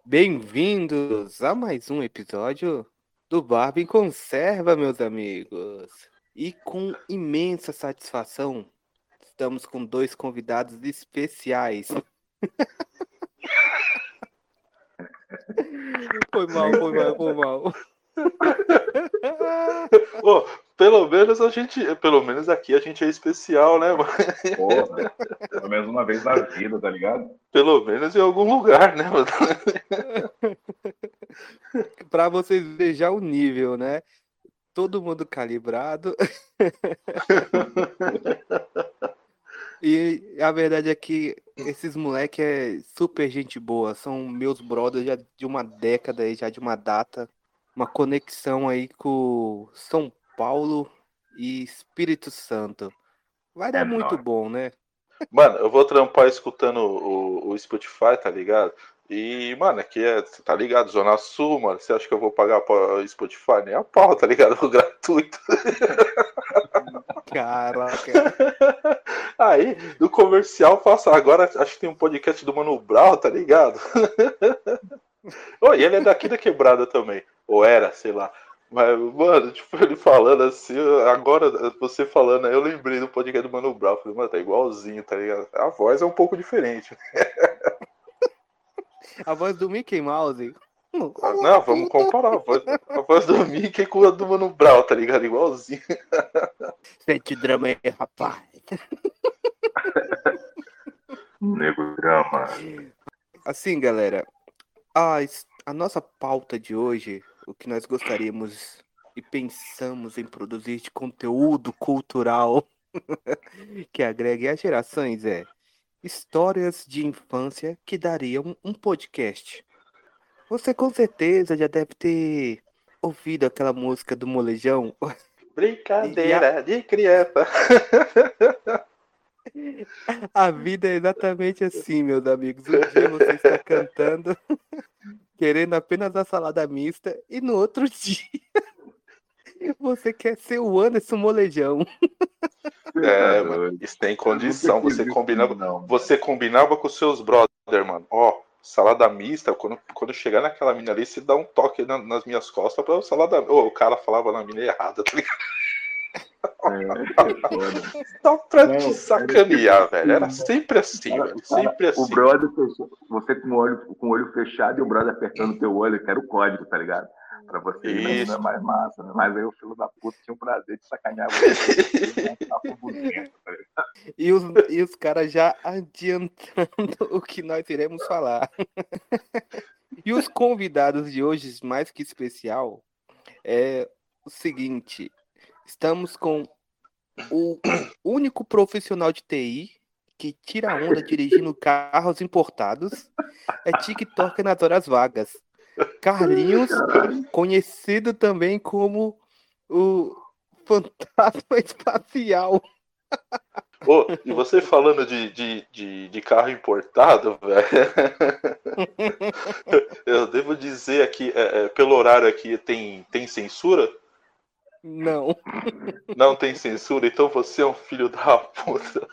Bem-vindos a mais um episódio do Barba em Conserva, meus amigos. E com imensa satisfação, estamos com dois convidados especiais. Foi mal. Pô, pelo menos aqui a gente é especial, né, mano? Porra, pelo menos uma vez na vida, tá ligado? Pelo menos em algum lugar, né, mano? Pra vocês verem já o nível, né? Todo mundo calibrado. E a verdade é que esses moleques é super gente boa. São meus brothers já de uma década aí, já de uma data. Uma conexão aí com São Paulo e Espírito Santo. Vai dar muito nóis. bom, né? Mano, eu vou trampar escutando o Spotify, tá ligado? E, mano, aqui tá ligado? Zona Sul, mano. Você acha que eu vou pagar pra Spotify? Nem a pau, tá ligado? Gratuito. Caraca. Aí, do comercial, passa. Agora acho que tem um podcast do Mano Brown, tá ligado? Oh, e ele é daqui da quebrada também. Ou era, sei lá. Mas, mano, tipo, ele falando assim, agora você falando, aí eu lembrei do podcast do Mano Brown. Falei, mano, tá igualzinho, tá ligado? A voz é um pouco diferente. A voz do Mickey Mouse. Não, vamos comparar a voz do Mickey com a do Mano Brown, tá ligado? Igualzinho. Sente drama aí, rapaz. Nego drama. Assim, galera, a nossa pauta de hoje, o que nós gostaríamos e pensamos em produzir de conteúdo cultural que agregue as gerações é histórias de infância que dariam um podcast. Você com certeza já deve ter ouvido aquela música do Molejão. Brincadeira de criança. A vida é exatamente assim, meus amigos. Um dia você está cantando, querendo apenas a salada mista, e no outro dia você quer ser o Anderson Molejão. É, mano, isso tem condição. Você combinava com os seus brothers, mano. Ó, salada mista, quando chegar naquela mina ali, você dá um toque nas minhas costas pra salada. O cara falava na mina errada, tá ligado? Só pra te sacanear, velho. Era sempre assim, velho. Sempre assim. O brother, você com o olho fechado e o brother apertando teu olho, que era o código, tá ligado? Pra você não é mais massa, né? Mas aí o filho da puta tinha o prazer de sacanear você. E os caras já adiantando o que nós iremos falar. E os convidados de hoje, mais que especial, é o seguinte: estamos com o único profissional de TI que tira onda dirigindo carros importados, é TikToker nas horas vagas. Carlinhos, conhecido também como o fantasma espacial. Oh, e você falando de carro importado, velho, eu devo dizer aqui, pelo horário aqui, tem censura? Não. Não tem censura, então você é um filho da puta.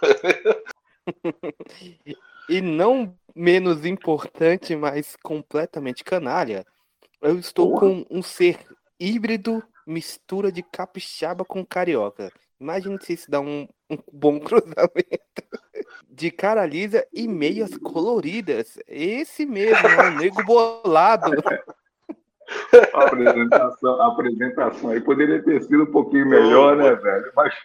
E não menos importante, mas completamente canalha, eu estou com um ser híbrido, mistura de capixaba com carioca. Imagine se isso dá um bom cruzamento. De cara lisa e meias coloridas. Esse mesmo, é o Nego Bolado. A apresentação aí poderia ter sido um pouquinho melhor, né, velho? Mas,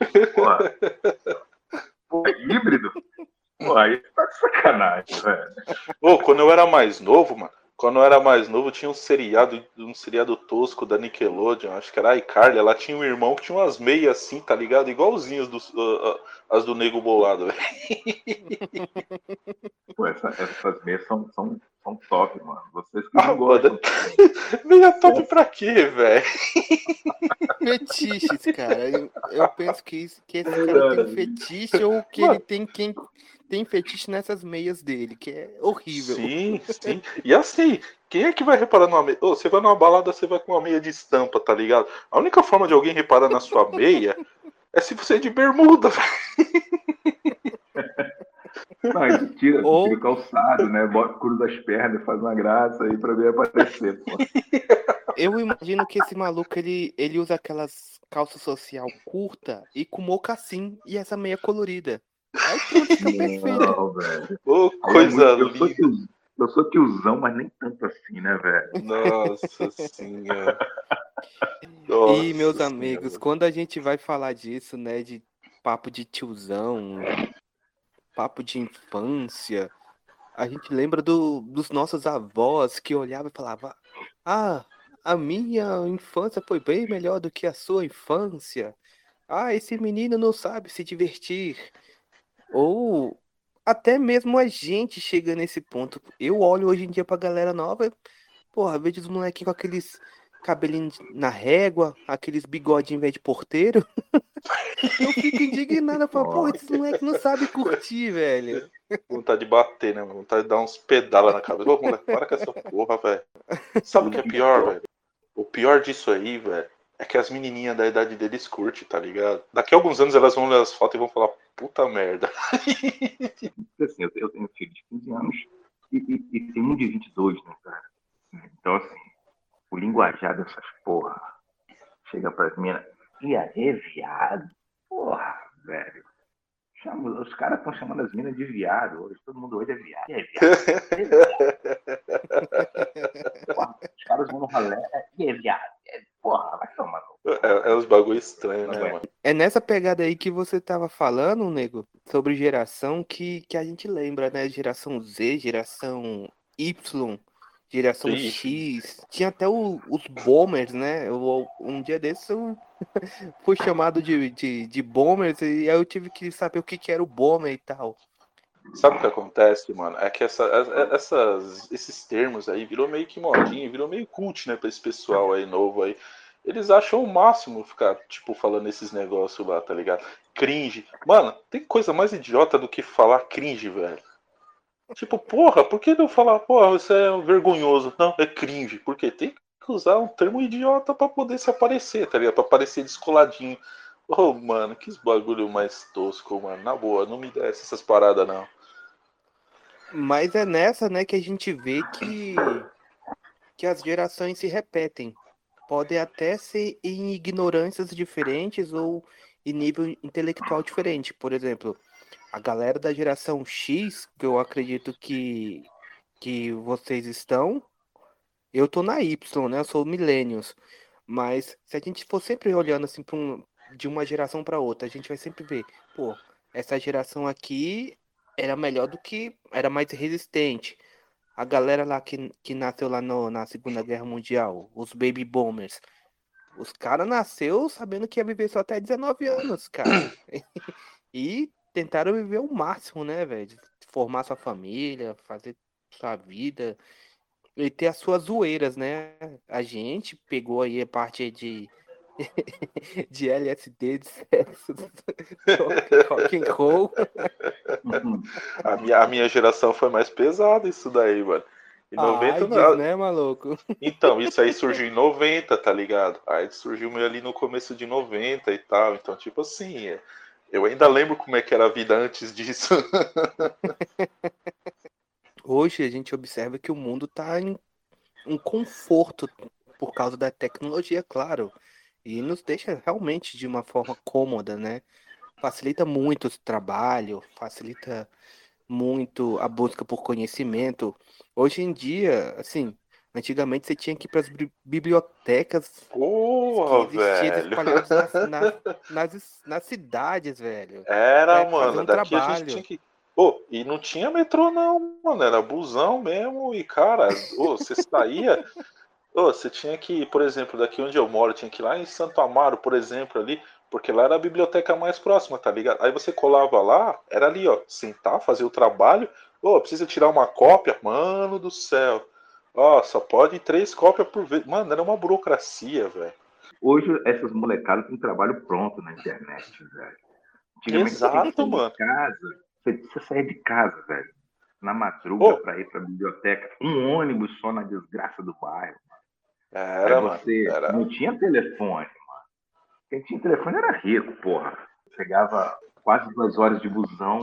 pô, híbrido? Pô, aí tá de sacanagem, velho. Quando eu era mais novo, mano, tinha um seriado tosco da Nickelodeon, acho que era a iCarly, ela tinha um irmão que tinha umas meias assim, tá ligado? Igualzinhas as do Nego Bolado, velho. Pô, essas meias são top, mano. Vocês que não gostam. Meia top pra quê, velho? Fetiches, cara. Eu penso que esse cara tem um fetiche ou que ele tem quem tem fetiche nessas meias dele, que é horrível. Sim. E assim, quem é que vai reparar numa meia? Você vai numa balada, você vai com uma meia de estampa, tá ligado? A única forma de alguém reparar na sua meia é se você é de bermuda, velho. Não, a gente tira Ou o calçado, né? Cruza as pernas, faz uma graça aí pra ver aparecer, pô. eu imagino que esse maluco, ele usa aquelas calças social curta e com mocassim e essa meia colorida. Aí pronto, fica perfeito. Não, velho. Ô, Aí é coisa muito. linda. Eu sou tiozão, mas nem tanto assim, né, velho? Nossa senhora. E, meus Nossa amigos, senhora. quando a gente vai falar disso, né, de papo de tiozão, papo de infância, a gente lembra dos nossos avós que olhavam e falavam: Ah, a minha infância foi bem melhor do que a sua infância. Ah, esse menino não sabe se divertir. Ou até mesmo a gente chega nesse ponto. Eu olho hoje em dia pra galera nova, porra, vejo os molequinhos com aqueles cabelinhos na régua, aqueles bigodinhos velho de porteiro. Eu fico indignado, eu falo, porra, Ó, esses moleques não sabem curtir, velho. Vontade de bater, né, mano? Vontade de dar uns pedala na cabeça. Ô, moleque, para com essa porra, velho. Sabe o que é pior, velho? O pior disso aí, velho, é que as menininhas da idade deles curtem, tá ligado? Daqui a alguns anos elas vão ler as fotos e vão falar, puta merda. porque assim, eu tenho um filho de 15 anos e tem um de 22, né, cara? Então, assim, o linguajar dessas porra chega pras minas. E aí, viado? Porra, velho. Os caras estão chamando as minas de viado hoje. Todo mundo hoje é viado. E aí, viado? E aí, viado? Porra, os caras vão no ralé. E aí, viado? E aí, porra, vai tomar no cu, É uns bagulho estranho, não né, aguento. mano? É nessa pegada aí que você tava falando, nego, sobre geração que a gente lembra, né? Geração Z, geração Y, geração Ixi, X. Tinha até os boomers, né? Um dia desses eu fui chamado de boomers e aí eu tive que saber o que que era o boomer e tal. sabe o que acontece, mano? É que esses termos aí virou meio que modinha, virou meio cult, né, pra esse pessoal aí novo aí. Eles acham o máximo ficar, tipo, falando esses negócios lá, tá ligado? Cringe. Mano, tem coisa mais idiota do que falar cringe, velho. Tipo, porra, por que não falar, porra, isso é vergonhoso? Não, é cringe. Porque tem que usar um termo idiota pra poder se aparecer, tá ligado? Pra parecer descoladinho. Ô, mano, que bagulho mais tosco, mano. Na boa, não me desce essas paradas, não. Mas é nessa, né, que a gente vê que as gerações se repetem. Podem até ser em ignorâncias diferentes ou em nível intelectual diferente. Por exemplo, a galera da geração X, que eu acredito que vocês estão, eu tô na Y, né? Eu sou millennials. Mas se a gente for sempre olhando assim de uma geração para outra, a gente vai sempre ver, pô, essa geração aqui era melhor era mais resistente. A galera lá que nasceu lá na Segunda Guerra Mundial, os baby boomers, os caras nasceu sabendo que ia viver só até 19 anos, cara. E tentaram viver o máximo, né, velho? Formar sua família, fazer sua vida e ter as suas zoeiras, né? A gente pegou aí a parte de LSD, de sexo, rock and roll. A minha geração foi mais pesada isso daí, mano. Em A 90, AIDS, né, maluco? então, isso aí surgiu em 90, tá ligado? Aí surgiu meio ali no começo de 90 e tal. Então, tipo assim, eu ainda lembro como é que era a vida antes disso. Hoje a gente observa que o mundo tá em um conforto por causa da tecnologia, claro. E nos deixa realmente de uma forma cômoda, né? Facilita muito o trabalho, facilita muito a busca por conhecimento. Hoje em dia, assim, antigamente você tinha que ir para as bibliotecas que Porra, existiam velho. espalhadas nas cidades, velho, Era, para fazer mano. um Daqui a gente tinha trabalho. que. Pô, e não tinha metrô, não, mano. Era busão mesmo. E, cara, você saía. Você tinha que ir, por exemplo, daqui onde eu moro, tinha que ir lá em Santo Amaro, por exemplo, ali, porque lá era a biblioteca mais próxima, tá ligado? Aí você colava lá, era ali, ó, sentar, fazer o trabalho. Precisa tirar uma cópia? Mano do céu. Só pode 3 cópias por vez. Mano, era uma burocracia, velho. Hoje, essas molecadas têm trabalho pronto na internet, velho. Antigamente, você tinha que Exato, sair de mano. casa. Você saía de casa, velho. Na madruga, Ô, pra ir pra biblioteca. Um ônibus só na desgraça do bairro. Aí era, mano. você Era. não tinha telefone. Quem tinha telefone era rico, porra. Pegava quase 2 horas de busão.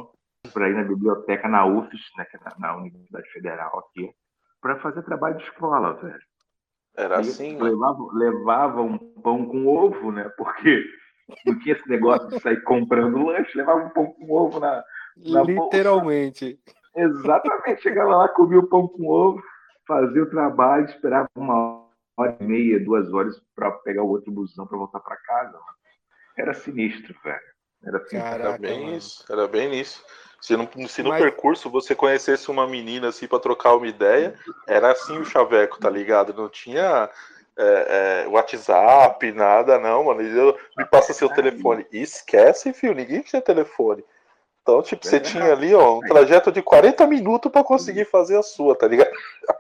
para ir na biblioteca na UFES, né, que é na Universidade Federal aqui, para fazer trabalho de escola, velho. Era Aí assim, mano. levava um pão com ovo, né? Porque não tinha esse negócio de sair comprando lanche, levava um pão com ovo na bolsa. Literalmente. Exatamente. Chegava lá, comia o pão com ovo, fazia o trabalho, esperava 1h30, 2 horas para pegar o outro busão para voltar para casa. Mano. Era sinistro, velho. Era sinistro. Era Caraca, bem mano. isso, era bem isso. Se no Mas, percurso você conhecesse uma menina assim pra trocar uma ideia, era assim o chaveco, tá ligado? Não tinha WhatsApp, nada, não, mano. Me passa seu telefone. Esquece, filho, ninguém tinha telefone. Então, tipo, você tinha ali, ó, um trajeto de 40 minutos pra conseguir fazer a sua, tá ligado?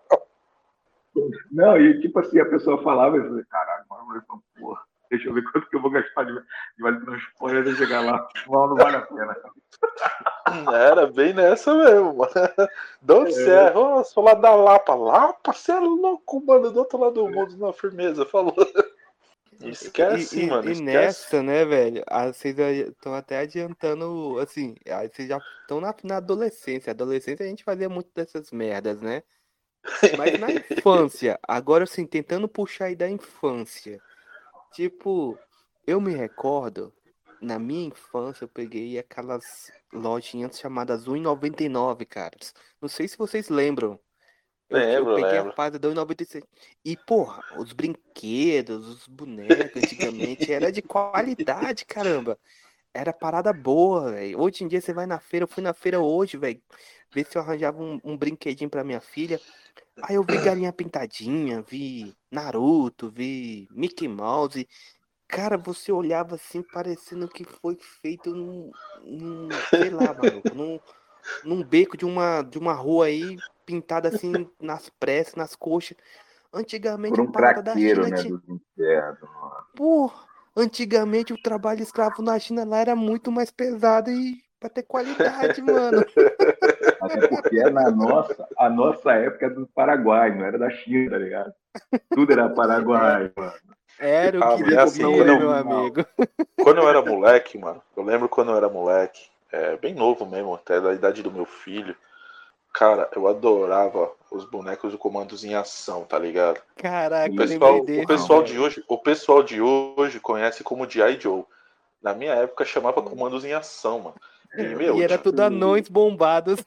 Não, e tipo assim, a pessoa falava e eu falei, caralho, mano, porra, deixa eu ver quanto que eu vou gastar de vale transporte até chegar lá. Não vale a pena. Era bem nessa mesmo, mano. De onde você é? Oh, sou lá da Lapa. Lapa? Você é louco, mano, do outro lado do mundo, na firmeza, falou. Esquece, mano, e esquece. nessa, né, velho? Vocês estão até adiantando, assim, aí vocês já estão na adolescência. Adolescência a gente fazia muito dessas merdas, né? Mas na infância, agora assim, tentando puxar aí da infância. Tipo, eu me recordo, na minha infância eu peguei aquelas lojinhas chamadas 1,99, caras. Não sei se vocês lembram. Eu Lembro, peguei a lembro. fase da 1,96. E, porra, os brinquedos, os bonecos, antigamente, era de qualidade, caramba. Era parada boa, velho. Hoje em dia você vai na feira, eu fui na feira hoje, velho. Ver se eu arranjava um brinquedinho pra minha filha. Aí eu vi Galinha Pintadinha, vi Naruto, vi Mickey Mouse. Cara, você olhava assim, parecendo que foi feito sei lá, maluco, num beco de uma rua aí, pintada assim nas pressas, nas coxas. Por Antigamente a um parada da craqueiro, China né, tinha. dos infernos, mano. Pô, antigamente o trabalho escravo na China lá era muito mais pesado e pra ter qualidade, mano. Até porque é a nossa época é do Paraguai, não era da China, tá ligado? Tudo era É, Paraguai, mano. era o Ah, que mas é assim, descia, meu amigo. quando eu era moleque, mano, eu lembro quando eu era moleque, bem novo mesmo, até da idade do meu filho. Cara, eu adorava os bonecos do Comandos em Ação, tá ligado? O Caraca, eu lembrei pessoal, o desses, pessoal de velho. hoje, o pessoal de hoje conhece como G.I. Joe. Na minha época chamava Comandos em Ação, mano. E, E meu, era tudo anões bombados.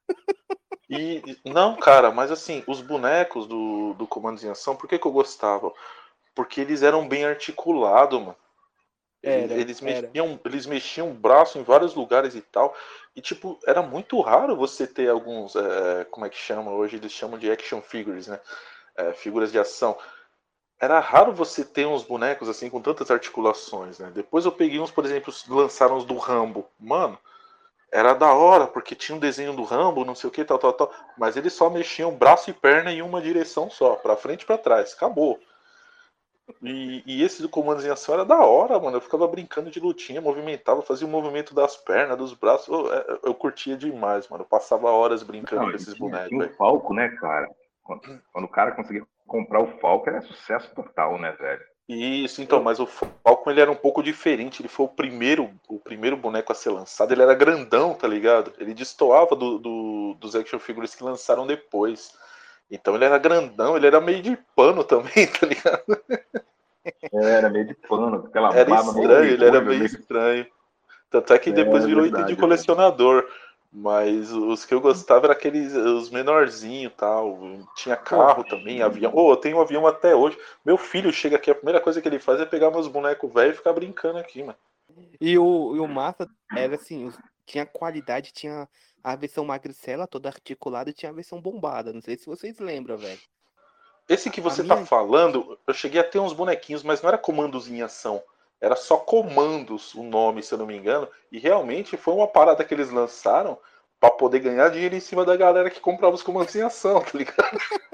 não, cara, mas assim, os bonecos do Comandos em Ação, por que eu gostava? Porque eles eram bem articulados, mano. Era. Eles mexiam o braço em vários lugares e tal. E, tipo, era muito raro você ter alguns. Como é que chama? Hoje eles chamam de action figures, né? Figuras de ação. Era raro você ter uns bonecos assim com tantas articulações, né? Depois eu peguei uns, por exemplo, lançaram os do Rambo. Mano, era da hora, porque tinha um desenho do Rambo, não sei o que, tal, tal, tal. Mas eles só mexiam braço e perna em uma direção só, pra frente e pra trás. Acabou. E esse do Comandos em Ação era da hora, mano. Eu ficava brincando de lutinha, movimentava, fazia o movimento das pernas, dos braços. Eu curtia demais, mano. Eu passava horas brincando Não, com e esses tinha bonecos, o velho. Falco, né, cara? Quando o cara conseguia comprar o Falco, era sucesso total, né, velho? Isso, então, mas o Falcon ele era um pouco diferente. Ele foi o primeiro boneco a ser lançado. Ele era grandão, tá ligado? Ele destoava dos action figures que lançaram depois. Então ele era grandão, ele era meio de pano também, tá ligado? Era meio de pano, aquela Era barba meio estranho, ele era piolho, meio meio... estranho. Tanto é que depois É virou item de verdade, velho. colecionador. Mas os que eu gostava eram aqueles, os menorzinhos e tal. Tinha carro Porra. também, avião. Eu tenho um avião até hoje. Meu filho chega aqui, a primeira coisa que ele faz é pegar meus bonecos velhos e ficar brincando aqui, mano. E o massa era assim, tinha qualidade, tinha a versão magricela toda articulada e tinha a versão bombada. Não sei se vocês lembram, velho. Esse que A você tá minha. falando, eu cheguei a ter uns bonequinhos, mas não era comandos em ação. Era só comandos o nome, se eu não me engano. E realmente foi uma parada que eles lançaram pra poder ganhar dinheiro em cima da galera que comprava os comandos em ação, tá ligado?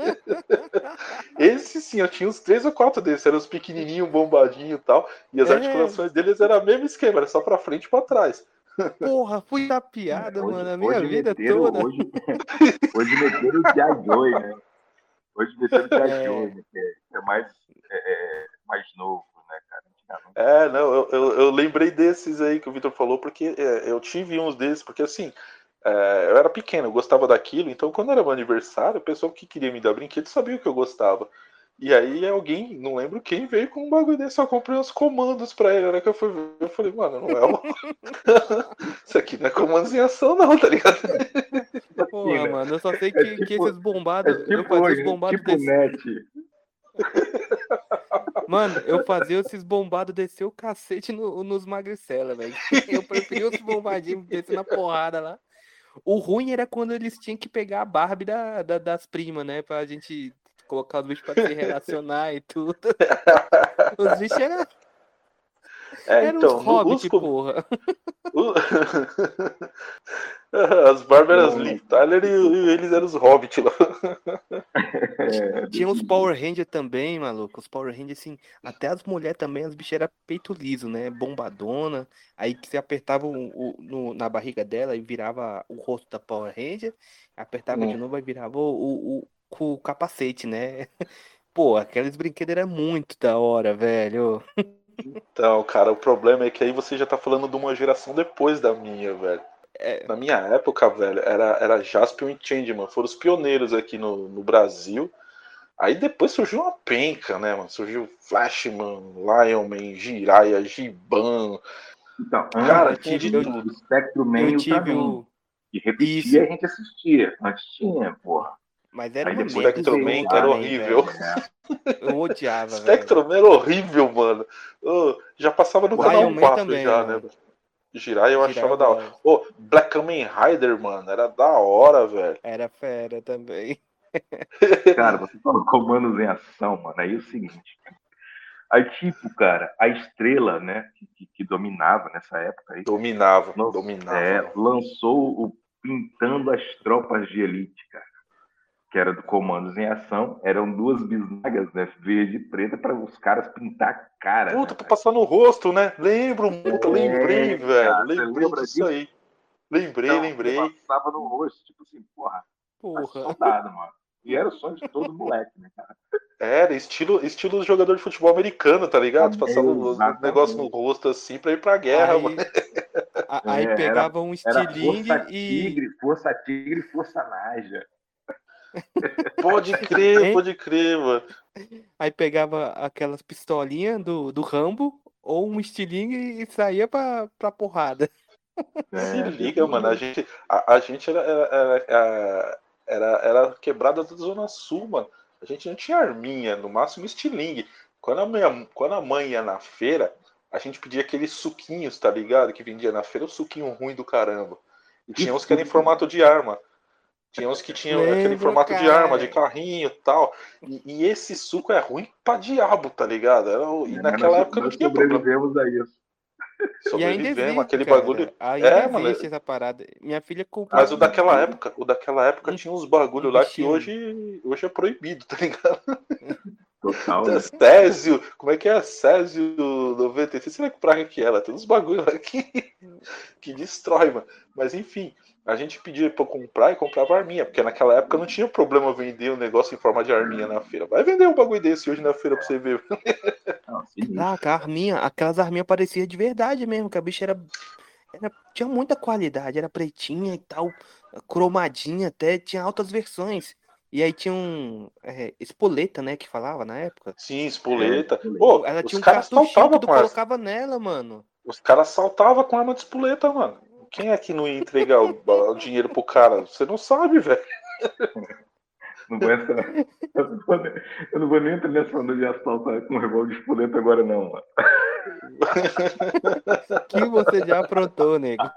Esse sim, eu tinha uns 3 ou 4 desses, eram os pequenininhos, bombadinhos e tal, e as É, articulações deles era o mesmo esquema, era só pra frente e pra trás. porra, fui da É, piada, mano, hoje, a minha hoje vida meteram, toda. hoje, hoje meteram o G.I. Joe, né? Hoje meteram o G.I. Joe, É, né? Que é mais novo, né, cara? Antigamente. Não, eu lembrei desses aí que o Victor falou, porque eu tive uns desses, porque assim, eu era pequeno, eu gostava daquilo, então quando era meu aniversário, a pessoa que queria me dar brinquedo sabia o que eu gostava. E aí alguém, não lembro quem, veio com um bagulho desse, só comprei os comandos pra ele. Na hora que eu fui ver, eu falei, mano, não é isso aqui não é comandos em ação não, tá ligado? Porra, mano, eu só sei que tipo, esses bombados, eu tipo fazia os hoje, bombados tipo net. Mano, eu fazia esses bombados descer o cacete nos magricela, velho. Eu preferia os bombadinhos descer na porrada lá. O ruim era quando eles tinham que pegar a Barbie das primas, né? Pra gente colocar os bichos pra se relacionar e tudo. Os bichos eram uns Então, hobbit, porra. o- as bárbaras Liv Tyler e eles eram os hobbits lá. Tinha os Power Rangers também, maluco. Os Power Rangers, assim, até as mulheres também, as bichas eram peito liso, né? Bombadona. Aí que você apertava na barriga dela e virava o rosto da Power Ranger. Apertava de novo e virava o capacete, né? Pô, aqueles brinquedos eram muito da hora, velho. Então, cara, o problema é que aí você já tá falando de uma geração depois da minha, velho. É, Na minha época, velho, era Jaspion e Changeman. Foram os pioneiros aqui no Brasil. Aí depois surgiu uma penca, né, mano? Surgiu Flashman, Lionman, Jiraiya, Giban. Então, Cara, antes tinha de tinha tudo. o Spectrum eu e tive Ultraman. o. Que repetia e Isso. a gente assistia. Antes tinha, porra. Mas era Aí uma depois merda que esse veio Spectroman o era Ultraman, horrível. velho. né? Eu odiava, velho. Spectrum era horrível, mano. Já passava no canal Lion Man 4 também, já, né? mano. Jiraiya eu Girar eu achava da hora. gosto. Black Kamen Rider, mano, era da hora, velho. Era fera também. Cara, você falou comandos em ação, mano. Aí é o seguinte. Aí, tipo, cara, a estrela, né, que dominava nessa época aí, Dominava, mano. lançou o Pintando as Tropas de Elite, cara. Que era do Comandos em Ação. Eram duas bisnagas, né, verde e preta, para os caras pintar a cara, Puta, né, pra velho? passar no rosto, né? Lembro muito, lembrei, velho. Cara, você Lembrei lembra disso disso? aí. Lembrei. Passava no rosto, tipo assim, porra, tá Porra. soldado, mano. E era o sonho de todo moleque, né, cara? Era estilo jogador de futebol americano, tá ligado? Passava o negócio no Exatamente. rosto assim pra ir pra guerra, mano. Aí, aí Era, pegava um era estilingue e. Força Tigre e Força Naja. Hein? Pode crer, mano. Aí pegava aquelas pistolinhas do Rambo ou um estilingue e saía pra porrada. Se Desse liga, mano. jeito. A gente era quebrada da Zona Sul, mano. A gente não tinha arminha, no máximo estilingue. Quando a mãe ia na feira, a gente pedia aqueles suquinhos, tá ligado? Que vendia na feira, o suquinho ruim do caramba. E tinha uns que eram em formato de arma. Tinha uns que tinham aquele Lembro, formato de arma, de cara. carrinho e tal. E esse suco é ruim pra diabo, tá ligado? E naquela época não Nós tinha problema. sobrevivemos a isso. E ainda Sobrevivemos, existe, aquele bagulho. cara. Ainda É, mano. existe essa parada. Minha filha comprou Mas o daquela época um, tinha uns um bagulho lá que bichinho. hoje é proibido, tá ligado? Total, né? Césio, como é que é? Césio 96, você vai comprar que ela, tem uns bagulho lá que destrói, mano. Mas enfim, a gente pedia pra comprar e comprava arminha, porque naquela época não tinha problema vender um negócio em forma de arminha na feira. Vai vender um bagulho desse hoje na feira pra você ver. Não, sinistro. Caraca, a arminha, aquelas arminhas pareciam de verdade mesmo, que a bicha tinha muita qualidade, era pretinha e tal, cromadinha até, tinha altas versões. E aí tinha espoleta, né, que falava na época. Sim, espoleta. É, Pô, Ela os tinha um caras cartuchinho que saltavam tu com arma. colocava nela, mano. Os caras saltavam com arma de espoleta, mano. Quem é que não ia entregar o dinheiro pro cara? Você não sabe, velho. Não vou entrar. Eu não vou nem entrar nessa onda de assaltar com revólver de espoleta agora, não, mano. Que você já aprontou, nego.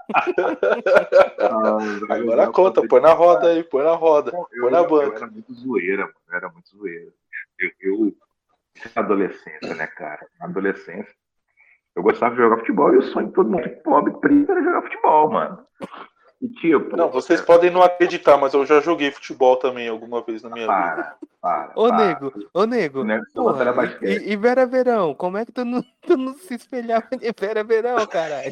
Agora conta, põe na roda aí, põe na roda, põe na Eu banca. era muito zoeira, mano. Eu era muito zoeira. Eu na adolescência, né, cara? Na adolescência, eu gostava de jogar futebol e o sonho de todo mundo pobre preto era jogar futebol, mano. E tipo. Não, vocês podem não acreditar, mas eu já joguei futebol também alguma vez na minha vida. Ô, nego, O nego só porra, era basquete. e Vera Verão, como é que tu não se espelhava em Vera Verão, caralho?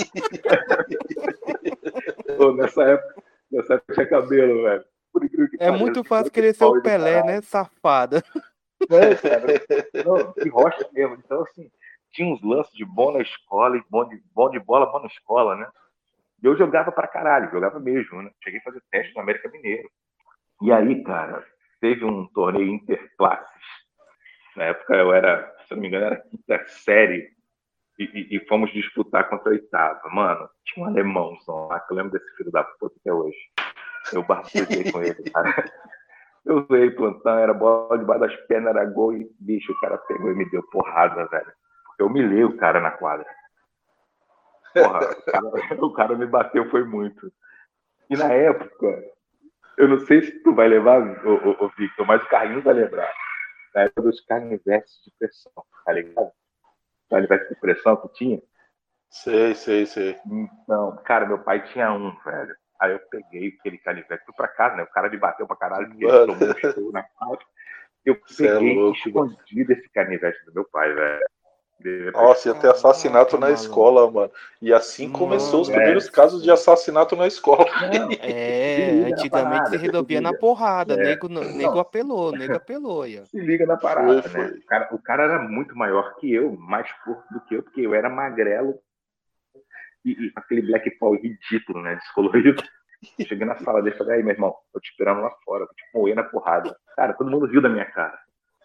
Pô, nessa época tinha cabelo, velho. É muito fácil querer ser o Pelé, né, safada? Não, cara. Não, que rocha mesmo. Então, assim, tinha uns lances de bom na escola e bom de bola, bom na escola, né? E eu jogava pra caralho, jogava mesmo, né? Cheguei a fazer teste no América Mineiro. E aí, cara, teve um torneio interclasses. Na época eu era, se eu não me engano, era quinta série. E fomos disputar contra a oitava. Mano, tinha um alemãozão lá, que eu lembro desse filho da puta até hoje. Eu barbudei com ele, cara. Eu veio plantão, era bola debaixo das pernas, era gol e, bicho, o cara pegou e me deu porrada, velho. Eu humilhei o cara na quadra. Porra, o cara me bateu, foi muito. E na época, eu não sei se tu vai levar, o Victor, mas o Carlinhos vai lembrar. Na época dos canivetes de pressão, tá ligado? Canivete de pressão que tinha. Sei. Então, cara, meu pai tinha um, velho. Aí eu peguei aquele canivete, fui pra casa, né? O cara me bateu pra caralho, porque ele tomou um show na quadra. Eu peguei e escondi esse canivete do meu pai, velho. Nossa, ia ter assassinato na escola, mano. E assim começou os primeiros casos de assassinato na escola. Não, antigamente se resolvia na porrada. Nego apelou. Se liga na parada, Foi. né? O cara era muito maior que eu, mais forte do que eu, porque eu era magrelo e aquele black power ridículo, né? Descolorido. Cheguei na sala dele e falei, aí, meu irmão, tô te esperando lá fora, vou te moer na porrada. Cara, todo mundo riu da minha cara.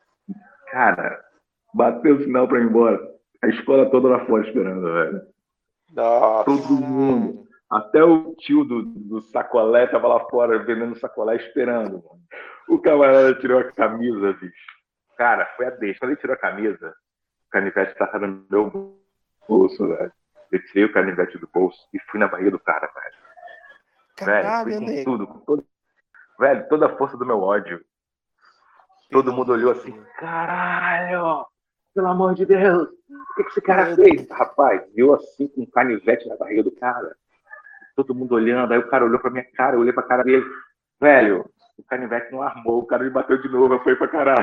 Cara, bateu o sinal pra ir embora. A escola toda lá fora esperando, velho. Nossa. Todo mundo. Até o tio do sacolé tava lá fora vendendo sacolé esperando, mano. O camarada tirou a camisa, bicho. Cara, foi a deixa. Quando ele tirou a camisa, o canivete tava no meu bolso, velho. Eu tirei o canivete do bolso e fui na barriga do cara, velho. Caralho, velho, fui com tudo, velho, toda a força do meu ódio. Todo mundo olhou assim, caralho, pelo amor de Deus, o que esse cara fez? Rapaz, viu assim com um canivete na barriga do cara. Todo mundo olhando, aí o cara olhou pra minha cara, eu olhei pra cara dele. Velho, o canivete não armou, o cara me bateu de novo, eu fui pra caralho.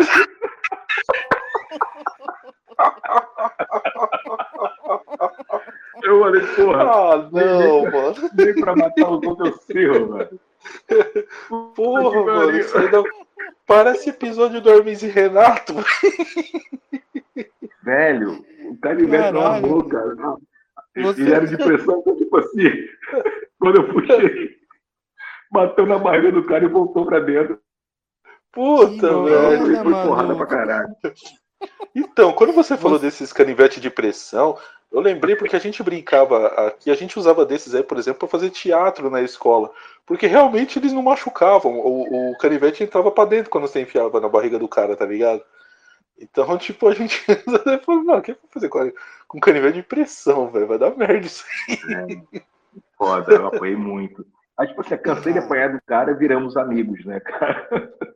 Eu falei, porra. Não, mano. Nem pra matar os outros eu velho. Porra, mano, isso aí não... Parece episódio do Hermes e Renato. Velho, o canivete não armou, cara. Ele era de pressão, tipo assim. Quando eu puxei, bateu na barriga do cara e voltou pra dentro. Puta, velho. E foi porrada pra caralho. Então, quando você falou desses canivetes de pressão, eu lembrei porque a gente brincava aqui, a gente usava desses aí, por exemplo, para fazer teatro na escola. Porque realmente eles não machucavam. O canivete entrava pra dentro quando você enfiava na barriga do cara, tá ligado? Então, tipo, a gente falou, mano, o que eu vou fazer com canivete de pressão, velho? Vai dar merda isso aí. Foda, eu apoiei muito. Aí, tipo assim, cansei de apanhar do cara e viramos amigos, né, cara?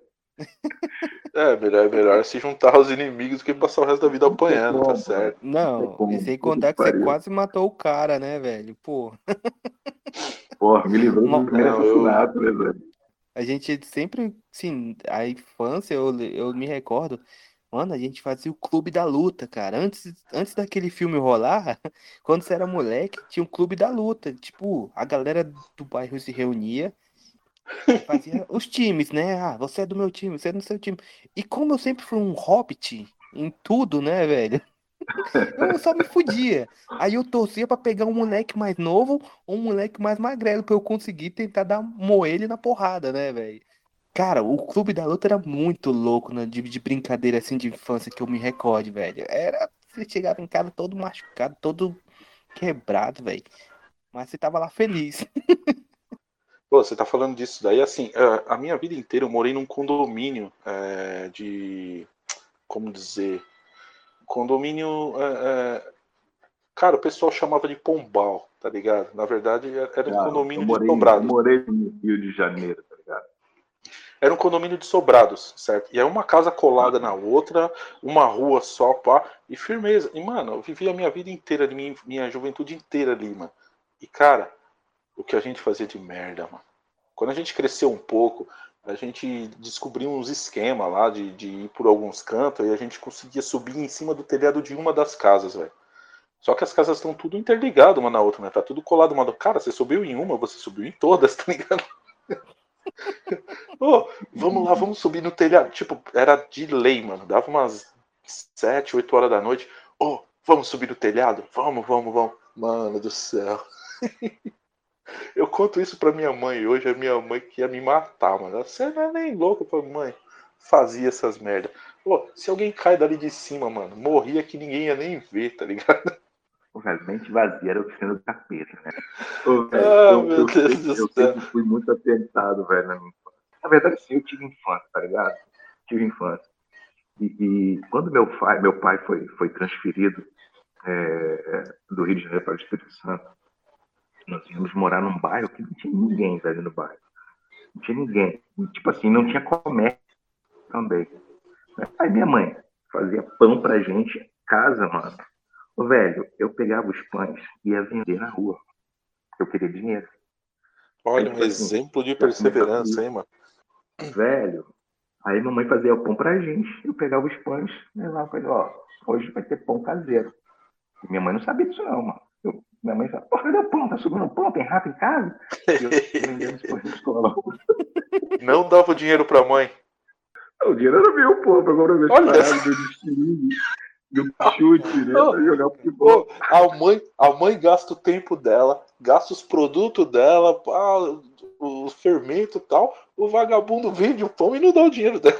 É melhor se juntar aos inimigos do que passar o resto da vida apanhando, tá certo. Não, e sem contar que você quase matou o cara, né, velho? Pô. Porra, me livrou do primeiro assassinato, né, velho? A gente sempre, sim, a infância, eu me recordo, mano, a gente fazia o Clube da Luta, cara. Antes daquele filme rolar, quando você era moleque, tinha um Clube da Luta. Tipo, a galera do bairro se reunia e fazia os times, né? Ah, você é do meu time, você é do seu time. E como eu sempre fui um hobbit em tudo, né, velho? Eu só me fudia. Aí eu torcia pra pegar um moleque mais novo ou um moleque mais magrelo pra eu conseguir tentar moer ele na porrada, né, velho? Cara, o Clube da Luta era muito louco, né? De brincadeira assim de infância que eu me recorde, velho. Era. Você chegava em casa todo machucado, todo quebrado, velho. Mas você tava lá feliz. Pô, você tá falando disso daí, assim, a minha vida inteira eu morei num condomínio de. Como dizer? Condomínio. Cara, o pessoal chamava de Pombal, tá ligado? Na verdade, era um condomínio de sobrados. Eu morei no Rio de Janeiro, tá ligado? Era um condomínio de sobrados, certo? E era uma casa colada na outra, uma rua só, pá, e firmeza. E, mano, eu vivi a minha vida inteira, minha juventude inteira ali, mano. E, cara, o que a gente fazia de merda, mano. Quando a gente cresceu um pouco, a gente descobriu uns esquemas lá de ir por alguns cantos e a gente conseguia subir em cima do telhado de uma das casas, velho. Só que as casas estão tudo interligadas uma na outra, né? Tá tudo colado uma do... Cara, você subiu em uma, você subiu em todas, tá ligado? Oh, vamos lá, vamos subir no telhado. Tipo, era de lei, mano. Dava umas 7, 8 horas da noite. Oh, vamos subir no telhado? Vamos. Mano do céu. Eu conto isso pra minha mãe hoje, a minha mãe que ia me matar, mano. Você não é nem louco, pra mãe. Fazia essas merda. Pô, se alguém cai dali de cima, mano, morria que ninguém ia nem ver, tá ligado? Pô, velho, mente vazia era a oficina do capeta, né? Ô, velho, Ah, meu Deus do eu céu. sempre fui muito atentado, velho, na minha infância. Na verdade, sim, eu tive infância, tá ligado? Tive infância. E quando meu pai foi transferido do Rio de Janeiro para o Espírito Santo, nós íamos morar num bairro que não tinha ninguém, velho, no bairro. Não tinha ninguém. E, tipo assim, não tinha comércio também. Aí minha mãe fazia pão pra gente em casa, mano. Ô, velho, eu pegava os pães e ia vender na rua. Eu queria dinheiro. Aí, Olha, um tipo assim, exemplo de já começava perseverança, comigo, hein, mano? velho. Aí mamãe fazia o pão pra gente, eu pegava os pães, e lá, falei, ó, hoje vai ter pão caseiro. E minha mãe não sabia disso não, mano. Minha mãe falava, pô, cadê o pão? Tá subindo pão? Tem rato em casa? E eu vendendo os pães na escola. Não dava o dinheiro pra mãe. O dinheiro era meu, pô, pra comprar meus Olha, paradas, meu estilingue, meu chute, né, pra jogar ô, futebol. a mãe gasta o tempo dela, gasta os produtos dela, pá, o fermento e tal. O vagabundo vende o pão e não dá o dinheiro dela.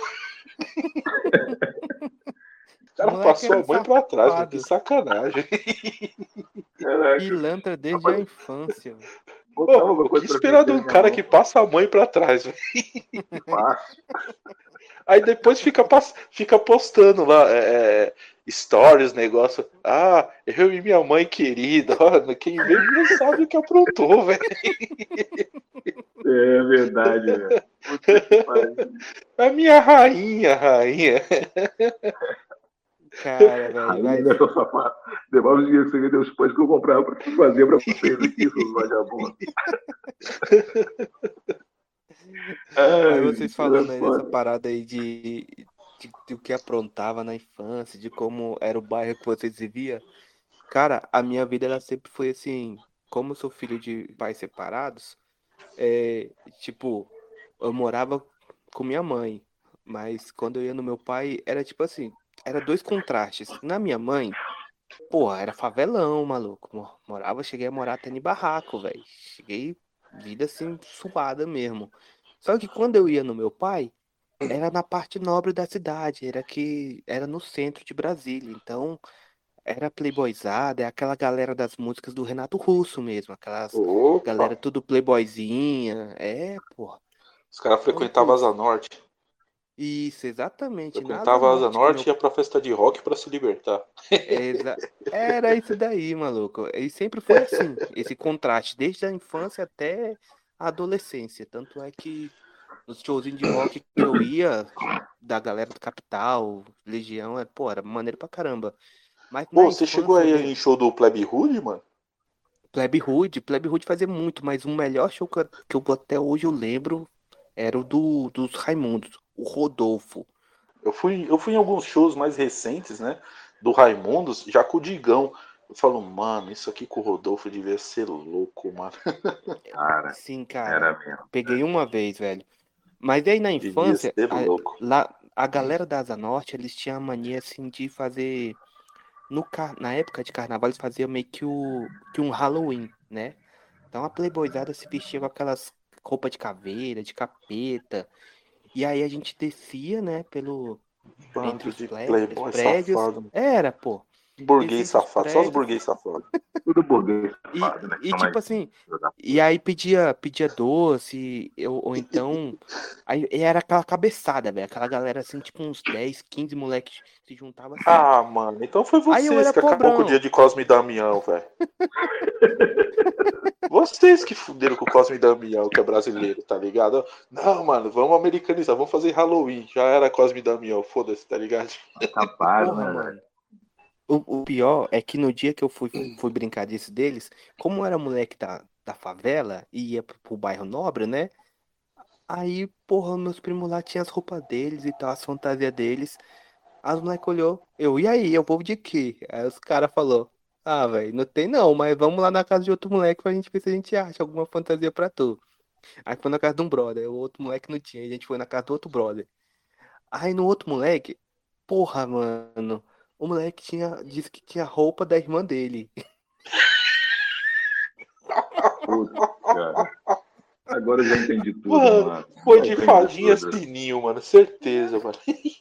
O O cara moleque passou era a mãe pra trás, mano. Que safado. sacanagem. Caraca, Pilantra desde a rapaz, infância, velho. botava Pô, alguma o que coisa pra esperar de vender um na minha cara mão, que passa a mãe pra trás, velho? fácil. Aí depois fica postando lá stories, negócio. Ah, eu e minha mãe querida. Olha, quem vê não sabe o que aprontou, velho. É verdade, velho. Puta que pariu. A minha rainha, rainha. Cara, velho, Rainha mas. dessa safada. Devolve o dinheiro que você vendeu os pães que eu comprava pra fazer pra vocês aqui, seus vagabundos. Mas Ai, vocês bicho, era falando aí dessa foda. parada aí de o que aprontava na infância, de como era o bairro que vocês viviam. Cara, a minha vida ela sempre foi assim, como eu sou filho de pais separados, tipo, eu morava com minha mãe, mas quando eu ia no meu pai, era tipo assim, era dois contrastes. Na minha mãe, porra, era favelão, maluco. Cheguei a morar até em barraco, velho. Cheguei, vida assim, suada mesmo. Só que quando eu ia no meu pai, era na parte nobre da cidade, era no centro de Brasília. Então, era playboyzada, é aquela galera das músicas do Renato Russo mesmo, aquelas Opa! galera tudo playboyzinha. Porra. Os caras Então, frequentavam a tipo, Asa Norte. isso, exatamente, na Asa Frequentava a Asa Norte que Norte meu e ia pra festa de rock pra se libertar. era isso daí, maluco. E sempre foi assim, esse contraste, desde a infância até a adolescência. Tanto é que nos showzinhos de rock que eu ia, da galera do Capital, Legião, pô, era maneiro pra caramba. Mas na Pô, você chegou infância aí mesmo, em show do Plebe Hood, mano? Plebe Hood fazia muito, mas o melhor show que eu até hoje eu lembro era o dos Raimundos, o Rodolfo. Eu fui em alguns shows mais recentes, né? Do Raimundos, já com o Digão. Eu falo, mano, isso aqui com o Rodolfo devia ser louco, mano. Cara, Sim, cara, era mesmo. peguei uma vez, velho. Mas aí na Devia infância, ser louco. lá, a galera da Asa Norte, eles tinham a mania, assim, de fazer... Na época de carnaval, eles faziam meio que um Halloween, né? Então a playboyzada se vestia com aquelas roupas de caveira, de capeta. E aí a gente descia, né, entre Bando os de playboy prédios. safado. Era, pô. Descia Burguês entre os safado, só os prédios. burguês safados. Tudo burguês E, safado, né? Que e são mais tipo assim, filhos da e puta. aí pedia doce, ou então. Aí era aquela cabeçada, velho. Aquela galera assim, tipo uns 10 15 moleques se juntava assim. Ah, mano, então foi Aí eu vocês era que acabou com o dia pobrão. de Cosme e Damião, velho. Vocês que fuderam com o Cosme e Damião, que é brasileiro, tá ligado? Não, mano, vamos americanizar, vamos fazer Halloween. Já era Cosme e Damião, foda-se, tá ligado? Acabaram, Porra, né, velho? mano. O pior é que no dia que eu fui brincar disso deles, como eu era moleque da favela e ia pro bairro Nobre, né? Aí, porra, meus primos lá tinham as roupas deles e tal, as fantasias deles. As moleques olhou, e aí, é o povo de quê? Aí os caras falou, ah, velho, não tem não, mas vamos lá na casa de outro moleque pra gente ver se a gente acha alguma fantasia pra tu. Aí foi na casa de um brother, o outro moleque não tinha, a gente foi na casa do outro brother. Aí no outro moleque, porra, mano, o moleque disse que tinha roupa da irmã dele. Puta. cara. Agora eu já entendi tudo, Mano, foi Já de entendi fadinha tudo. Sininho, mano. Certeza, mano.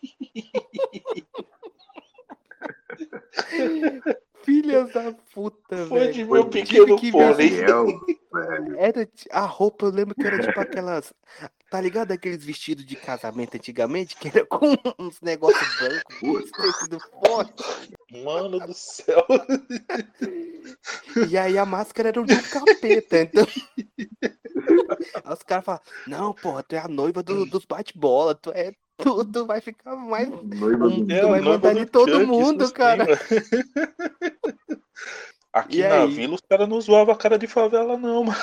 Filhas da puta, Foi velho. de Foi meu Tive pequeno que pônei. vestir. Gabriel, velho. Era a roupa, eu lembro que era tipo aquelas. Tá ligado aqueles vestidos de casamento antigamente? Que era com uns negócios brancos, uns tecidos fortes. Mano do céu. E aí a máscara era de um capeta. Então. Aí os caras falam: Não, porra, tu é a noiva dos bate-bola. Tu vai ficar mais. Noiva do É Tu a vai noiva mandar do de todo Chuck, isso mundo, sim, cara. mano. Aqui E na aí? vila os caras não zoavam a cara de favela, não, mano.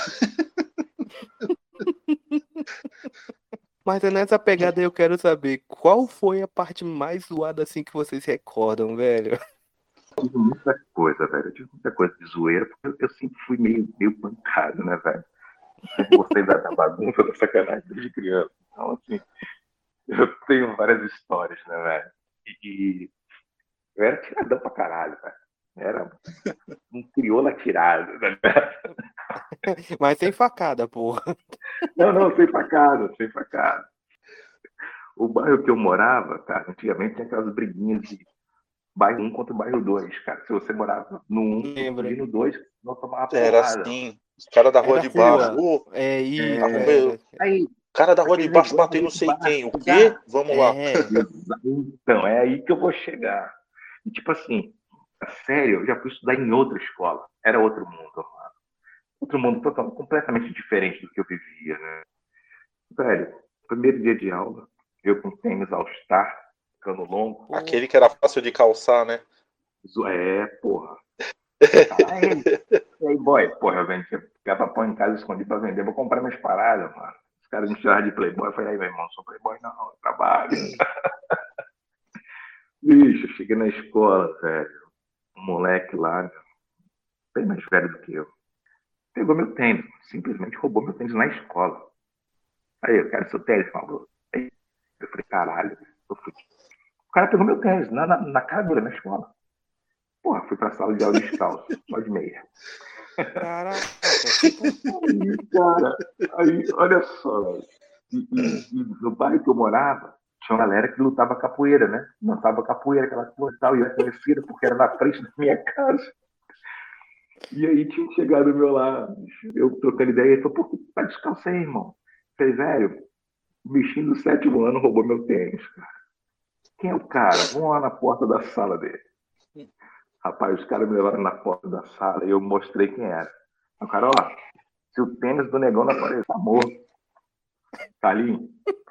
Mas é nessa pegada aí eu quero saber qual foi a parte mais zoada assim que vocês recordam, velho? Tive muita coisa, velho. Eu tive muita coisa de zoeira, porque eu sempre fui meio pancado, né, velho? Sempre gostei da bagunça, da sacanagem desde criança. Então, assim, eu tenho várias histórias, né, velho? E eu era tiradão pra caralho, velho. Era um crioulo atirado, né? Mas sem facada, porra. Não, sem facada, sem facada. O bairro que eu morava, cara, antigamente tinha aquelas briguinhas de bairro 1 contra o bairro 2, cara. Se você morava no 1, tu Lembra? podia ir no 2, não tomava Era porrada. assim. Os caras da rua Era de baixo. rua. Ô, É isso, arrumei. O Aí, cara da rua de aquele baixo negócio bateu aí não de sei baixo, quem. O quê? chegar. Vamos lá. Então, é aí que eu vou chegar. E, tipo assim, sério, eu já fui estudar em outra escola. Era outro mundo, mano. Outro mundo totalmente, completamente diferente do que eu vivia, né? Velho, primeiro dia de aula, eu com tênis All-Star, cano longo. Aquele que era fácil de calçar, né? Porra. Aí, boy, porra, eu vendia, ficava pão em casa, escondi pra vender, vou comprar minhas paradas, mano. Os caras me chamaram de playboy, eu falei, aí, meu irmão, não sou playboy não, eu trabalho. Bicho, cheguei na escola, velho, um moleque lá, bem mais velho do que eu, pegou meu tênis, simplesmente roubou meu tênis na escola. Aí, eu quero seu tênis, falou. Aí, eu falei, caralho, eu fui. O cara pegou meu tênis na cara dura, na escola. Porra, fui pra sala de aula descalço, só de meia. Caraca, tipo. Aí, cara, aí, olha só, e no bairro que eu morava, tinha uma galera que lutava capoeira, né? Montava capoeira, aquela coisa e tal, e eu era conhecida porque era na frente da minha casa. E aí tinha chegado do meu lado, eu trocando ideia, ele falou, pô, tu tá descalço aí, irmão? Eu falei, velho, o bichinho do 7º ano roubou meu tênis, cara. Quem é o cara? Vamos lá na porta da sala dele. Rapaz, os caras me levaram na porta da sala e eu mostrei quem era. O cara, ó, se o tênis do negão não aparecer, tá morto. Carlinhos.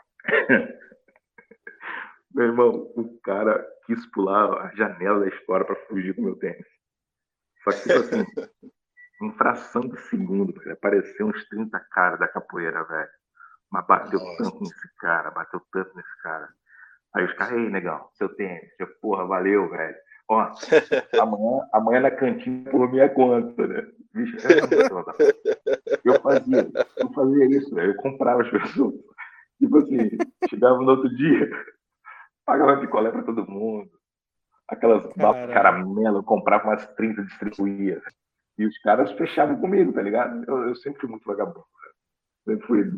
Meu irmão, o cara quis pular a janela da escola pra fugir com o meu tênis. Só que, tipo assim, em fração de segundo, velho, apareceu uns 30 caras da capoeira, velho. Mas bateu tanto nesse cara, bateu tanto nesse cara. Aí os caras, ei, negão, seu tênis. Eu, porra, valeu, velho. Ó, amanhã na cantina por minha conta, né? Bicho, eu fazia isso, velho. Eu comprava as pessoas. Tipo assim, chegava no outro dia, pagava picolé pra todo mundo. Aquelas balas de caramelo, eu comprava umas 30 e distribuía. E os caras fechavam comigo, tá ligado? Eu sempre fui muito vagabundo. Sempre fui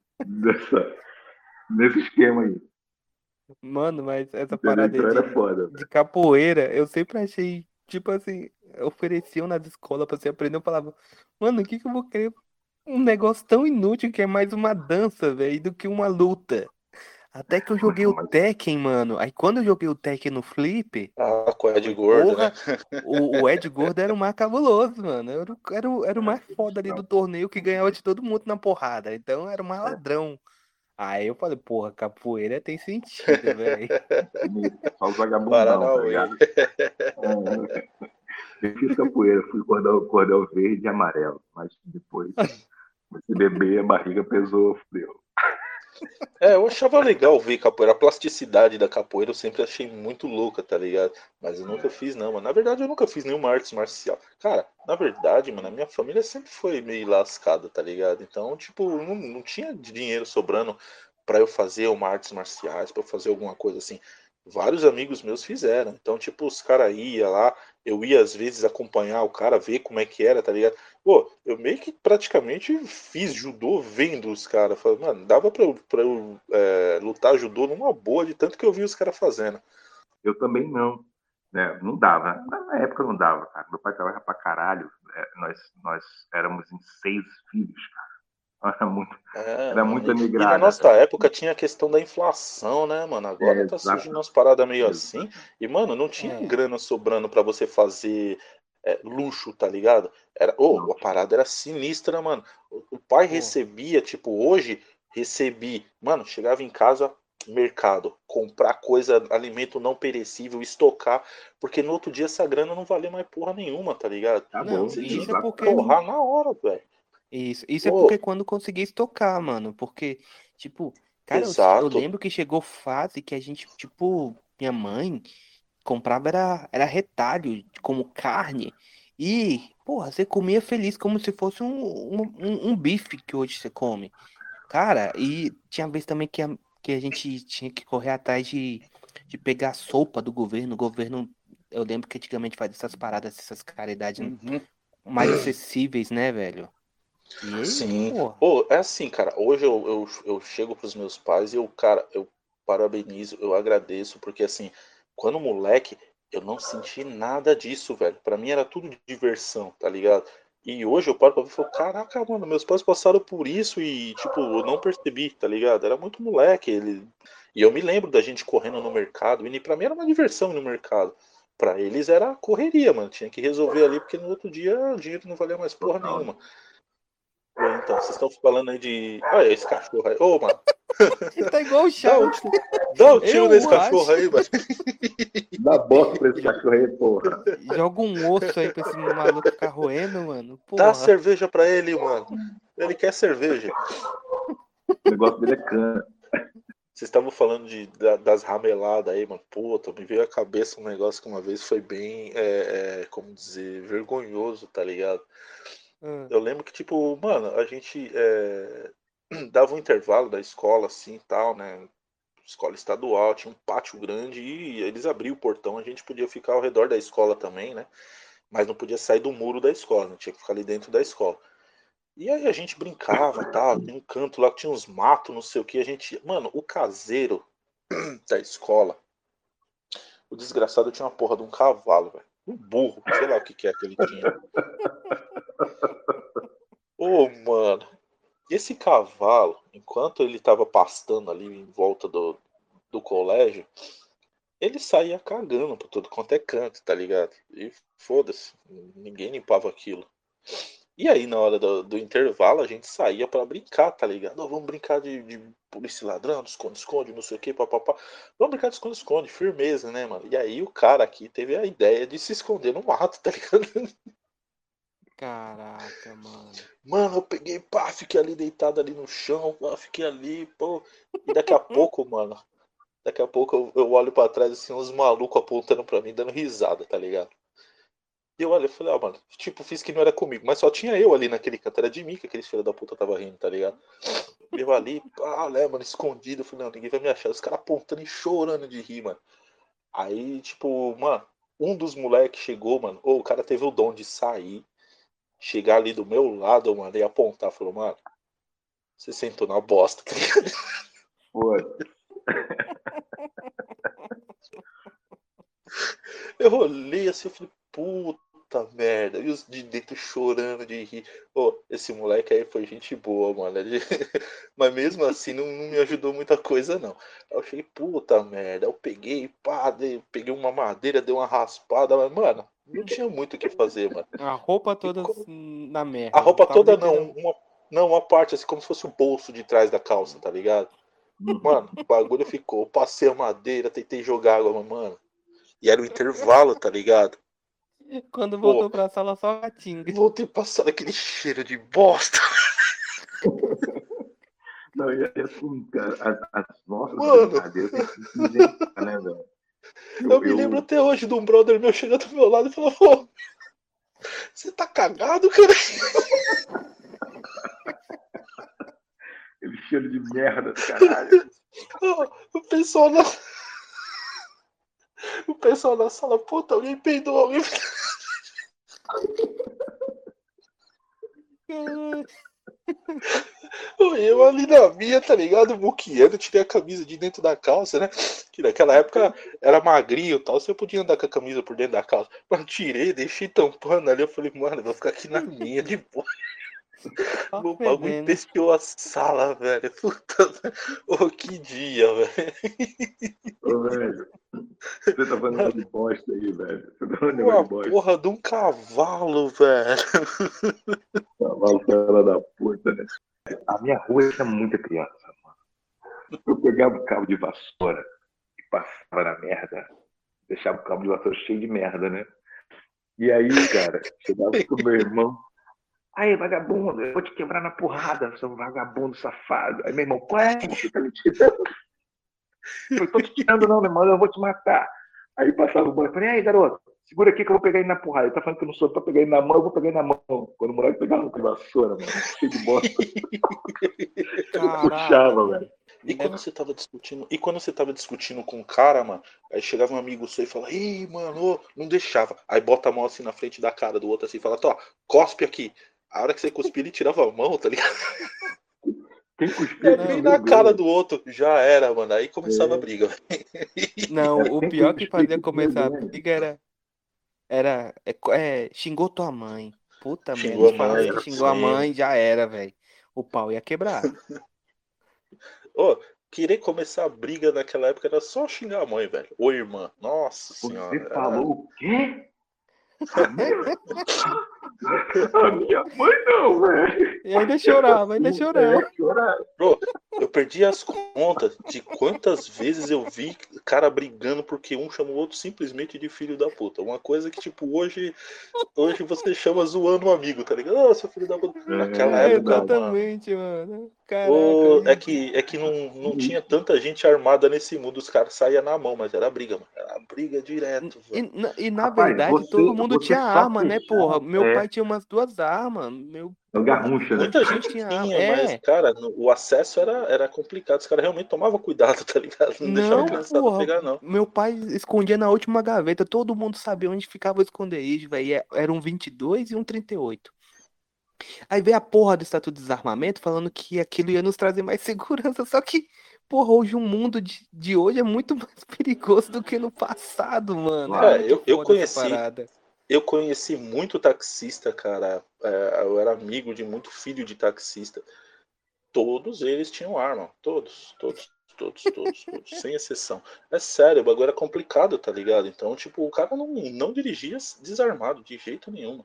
nesse esquema aí. Mano, mas essa Entendeu? parada aí Então era foda. de capoeira, eu sempre achei, tipo assim, ofereciam nas escolas pra você aprender, eu falava, mano, o que que eu vou querer um negócio tão inútil que é mais uma dança, velho, do que uma luta. Até que eu joguei o Mas, Tekken, mano. Aí quando eu joguei o Tekken no Flip, Ah, com o Ed falei, Gordo, né? porra, o Ed Gordo era o mais cabuloso, mano. Era o mais foda ali do torneio que ganhava de todo mundo na porrada. Então era o mais ladrão. Aí eu falei, porra, capoeira tem sentido, velho. só os vagabundão, tá Paranauê. ligado? Eu fiz capoeira, fui cordel verde e amarelo. Mas depois, comecei a beber, a barriga pesou, fudeu. Eu achava legal ver capoeira. A plasticidade da capoeira eu sempre achei muito louca, tá ligado? Mas eu nunca fiz, não, mano. Na verdade, eu nunca fiz nenhuma arte marcial. Cara, na verdade, mano, a minha família sempre foi meio lascada, tá ligado? Então, tipo, não tinha dinheiro sobrando pra eu fazer uma artes marciais, pra eu fazer alguma coisa assim. Vários amigos meus fizeram. Então, tipo, os caras iam lá, eu ia às vezes acompanhar o cara, ver como é que era, tá ligado? Pô, eu meio que praticamente fiz judô vendo os caras. Falei, mano, dava pra eu lutar judô numa boa, de tanto que eu vi os caras fazendo. Eu também não. Né? Não dava. Na época não dava, cara. Meu pai trabalhava pra caralho. Nós éramos em 6 filhos, cara. É, Era mano. muita E na negrada, nossa velho. época tinha a questão da inflação, né, mano? Agora tá surgindo umas paradas meio assim. E, mano, não tinha É, grana sobrando pra você fazer luxo, tá ligado? A parada era sinistra, mano. O pai pô, recebia, tipo, hoje recebi, mano, chegava em casa, mercado, comprar coisa, alimento não perecível, estocar, porque no outro dia essa grana não valia mais porra nenhuma, tá ligado? Acabou. não, Você tinha isso é que porque. torrar na hora, velho. Isso é Pô, porque quando conseguia estocar, mano. Porque, tipo, cara, eu exato. lembro que chegou fase que a gente, tipo, minha mãe comprava era retalho, como carne. E, porra, você comia feliz como se fosse um bife que hoje você come. Cara, e tinha vez também que a gente tinha que correr atrás de pegar sopa do governo. O governo, eu lembro que antigamente fazia essas paradas, essas caridades Uhum. mais acessíveis, né, velho? E aí, Sim. porra. Pô, é assim, cara. Hoje eu chego pros meus pais e eu parabenizo, eu agradeço, porque assim, quando moleque, eu não senti nada disso, velho. Pra mim era tudo diversão, tá ligado? E hoje eu paro pra ver e falo, caraca, mano, meus pais passaram por isso e, tipo, eu não percebi, tá ligado? Era muito moleque. E eu me lembro da gente correndo no mercado, e pra mim era uma diversão ir no mercado. Pra eles era correria, mano. Tinha que resolver ali, porque no outro dia o dinheiro não valia mais porra Total. nenhuma. Pô, então, vocês estão falando aí de. Olha esse cachorro aí. Ô, mano, Tá igual o dá um Chaves. tiro, dá um tiro nesse Eu cachorro acho. aí, mano. Dá bosta pra esse Jo- cachorro aí, porra. Joga um osso aí pra esse maluco ficar roendo, mano. Dá Porra. cerveja pra ele, mano. Ele quer cerveja. O negócio dele é cana. Vocês estavam falando das rameladas aí, mano. Puta, me veio à cabeça um negócio que uma vez foi bem, como dizer, vergonhoso, tá ligado? Ah, Eu lembro que, tipo, mano, a gente dava um intervalo da escola, assim, tal, né? Escola estadual, tinha um pátio grande e eles abriam o portão, a gente podia ficar ao redor da escola também, né? Mas não podia sair do muro da escola, não tinha que ficar ali dentro da escola. E aí a gente brincava, tal, tem um canto lá que tinha uns matos, não sei o que, a gente, mano, o caseiro da escola, o desgraçado tinha uma porra de um cavalo, velho. Um burro, sei lá o que é que ele tinha. Ô, mano, esse cavalo, enquanto ele tava pastando ali em volta do colégio, ele saía cagando por tudo quanto é canto, tá ligado? E foda-se, ninguém limpava aquilo. E aí, na hora do intervalo, a gente saía pra brincar, tá ligado? Ó, vamos brincar de polícia e ladrão, de esconde-esconde, não sei o que, papapá. Vamos brincar de esconde-esconde, firmeza, né, mano? E aí, o cara aqui teve a ideia de se esconder no mato, tá ligado? caraca, mano. Mano, eu peguei, pá, fiquei ali deitado ali no chão, pá, fiquei ali, pô. E daqui a pouco, mano, daqui a pouco eu olho pra trás, assim, uns malucos apontando pra mim, dando risada, tá ligado? E eu olhei e falei, mano, tipo, fiz que não era comigo, mas só tinha eu ali naquele canto, era de mim que aqueles filhos da puta tava rindo, tá ligado? Eu ali, né, mano, escondido, eu falei, não, ninguém vai me achar. Os caras apontando e chorando de rir, mano. Aí, tipo, mano, um dos moleques chegou, mano, o cara teve o dom de sair, chegar ali do meu lado, mano, e apontar, falou, mano, você sentou na bosta, tá ligado? Pô, Eu olhei assim, eu falei, puta merda. E os de dentro chorando de rir. Pô, esse moleque aí foi gente boa, mano. Mas mesmo assim não me ajudou muita coisa, não. Aí eu cheguei, puta merda. Eu peguei, pá, peguei uma madeira, dei uma raspada, mas, mano, não tinha muito o que fazer, mano. A roupa E toda na a merda. roupa Tava toda não, literalmente. uma parte assim, como se fosse o bolso de trás da calça, tá ligado? Mano, o bagulho ficou. Eu passei a madeira, tentei jogar água, mas, mano. E era o intervalo, tá ligado? Quando Pô, voltou pra sala, só a tinga. voltei passando aquele cheiro de bosta. não, e assim, cara, as nossas Mano, brincadeiras a gente tem que inventar, né, velho? eu Eu, me lembro eu, até hoje de um brother meu chegando do meu lado e falou: pô, você tá cagado, cara? aquele cheiro de merda do caralho. O pessoal na, pessoal da sala, puta, alguém peidou, alguém. Eu ali na minha, tá ligado? Muquiando, tirei a camisa de dentro da calça, né? Que naquela época era magrinho e tal, você podia andar com a camisa por dentro da calça. Mas tirei, deixei tampando ali. Eu falei, mano, eu vou ficar aqui na minha de boa. O bagulho Fedendo. pesqueou a sala, velho. Puta, oh, que dia, velho. Ô, velho, você tá falando negócio de bosta aí, velho. Você tá falando negócio Uma de bosta. porra de um cavalo, velho. Cavalo fera da puta, né? A minha rua tinha muita criança, mano. Eu pegava o cabo de vassoura e passava na merda. Deixava o cabo de vassoura cheio de merda, né? E aí, cara, chegava com o meu irmão. Aí, vagabundo, eu vou te quebrar na porrada, seu vagabundo safado. Aí, meu irmão, qual é? Você tá me tirando? Eu tô te tirando não, meu irmão, eu vou te matar. Aí passava o moleque, falei, aí, garoto, segura aqui que eu vou pegar ele na porrada. Ele tá falando que eu não sou pra pegar ele na mão, eu vou pegar ele na mão. Quando o moleque pegava com vassoura, mano, cheio de bosta, Caraca, puxava, mano. velho. E quando você tava discutindo com o cara, mano, aí chegava um amigo seu e falava, ih, mano, não deixava. Aí bota a mão assim na frente da cara do outro assim e fala, ó, cospe aqui. A hora que você cuspia, ele tirava a mão, tá ligado? Quem E cuspiu aí tinha bem vergonha. na cara do outro, já era, mano. Aí começava a briga. Não, o Quem pior que cuspiu fazia tinha começar a vergonha. briga xingou tua mãe. Puta merda, Xingou a se falasse mãe, que xingou a sim. mãe, já era, velho. O pau ia quebrar. Ô, querer começar a briga naquela época era só xingar a mãe, velho. Ou irmã. Nossa Você senhora. falou o quê? A minha mãe não, velho. E ainda chorava, ainda chorava. Chorar. Bro, eu perdi as contas de quantas vezes eu vi cara brigando porque um chama o outro simplesmente de filho da puta. Uma coisa que, tipo, hoje você chama zoando um amigo, tá ligado? Ô, seu filho da puta. Naquela É, época, mano. exatamente, mano. Caraca, hoje É em que, dia. é que não tinha tanta gente armada nesse mundo, os caras saíam na mão, mas era briga, mano. Era briga direto, velho. E na Rapaz, verdade, todo mundo você tinha só arma, né, porra? fechava. Meu pai tinha umas 2 armas. Porra, Garrucha, né? Muita não gente tinha arma. tinha, mas, cara, o acesso era complicado. Os caras realmente tomavam cuidado, tá ligado? Não deixava a Não, criançada porra. pegar, não. Meu pai escondia na última gaveta. Todo mundo sabia onde ficava o esconderijo, velho. Era um 22 e um 38. Aí veio a porra do Estatuto de Desarmamento falando que aquilo ia nos trazer mais segurança. Só que, porra, hoje o mundo de hoje é muito mais perigoso do que no passado, mano. É Claro. É, muito eu foda essa conheci. parada. Eu conheci muito taxista, cara. Eu era amigo de muito filho de taxista. Todos eles tinham arma. Todos, sem exceção. É sério, o bagulho era complicado, tá ligado? Então, tipo, o cara não dirigia desarmado de jeito nenhum.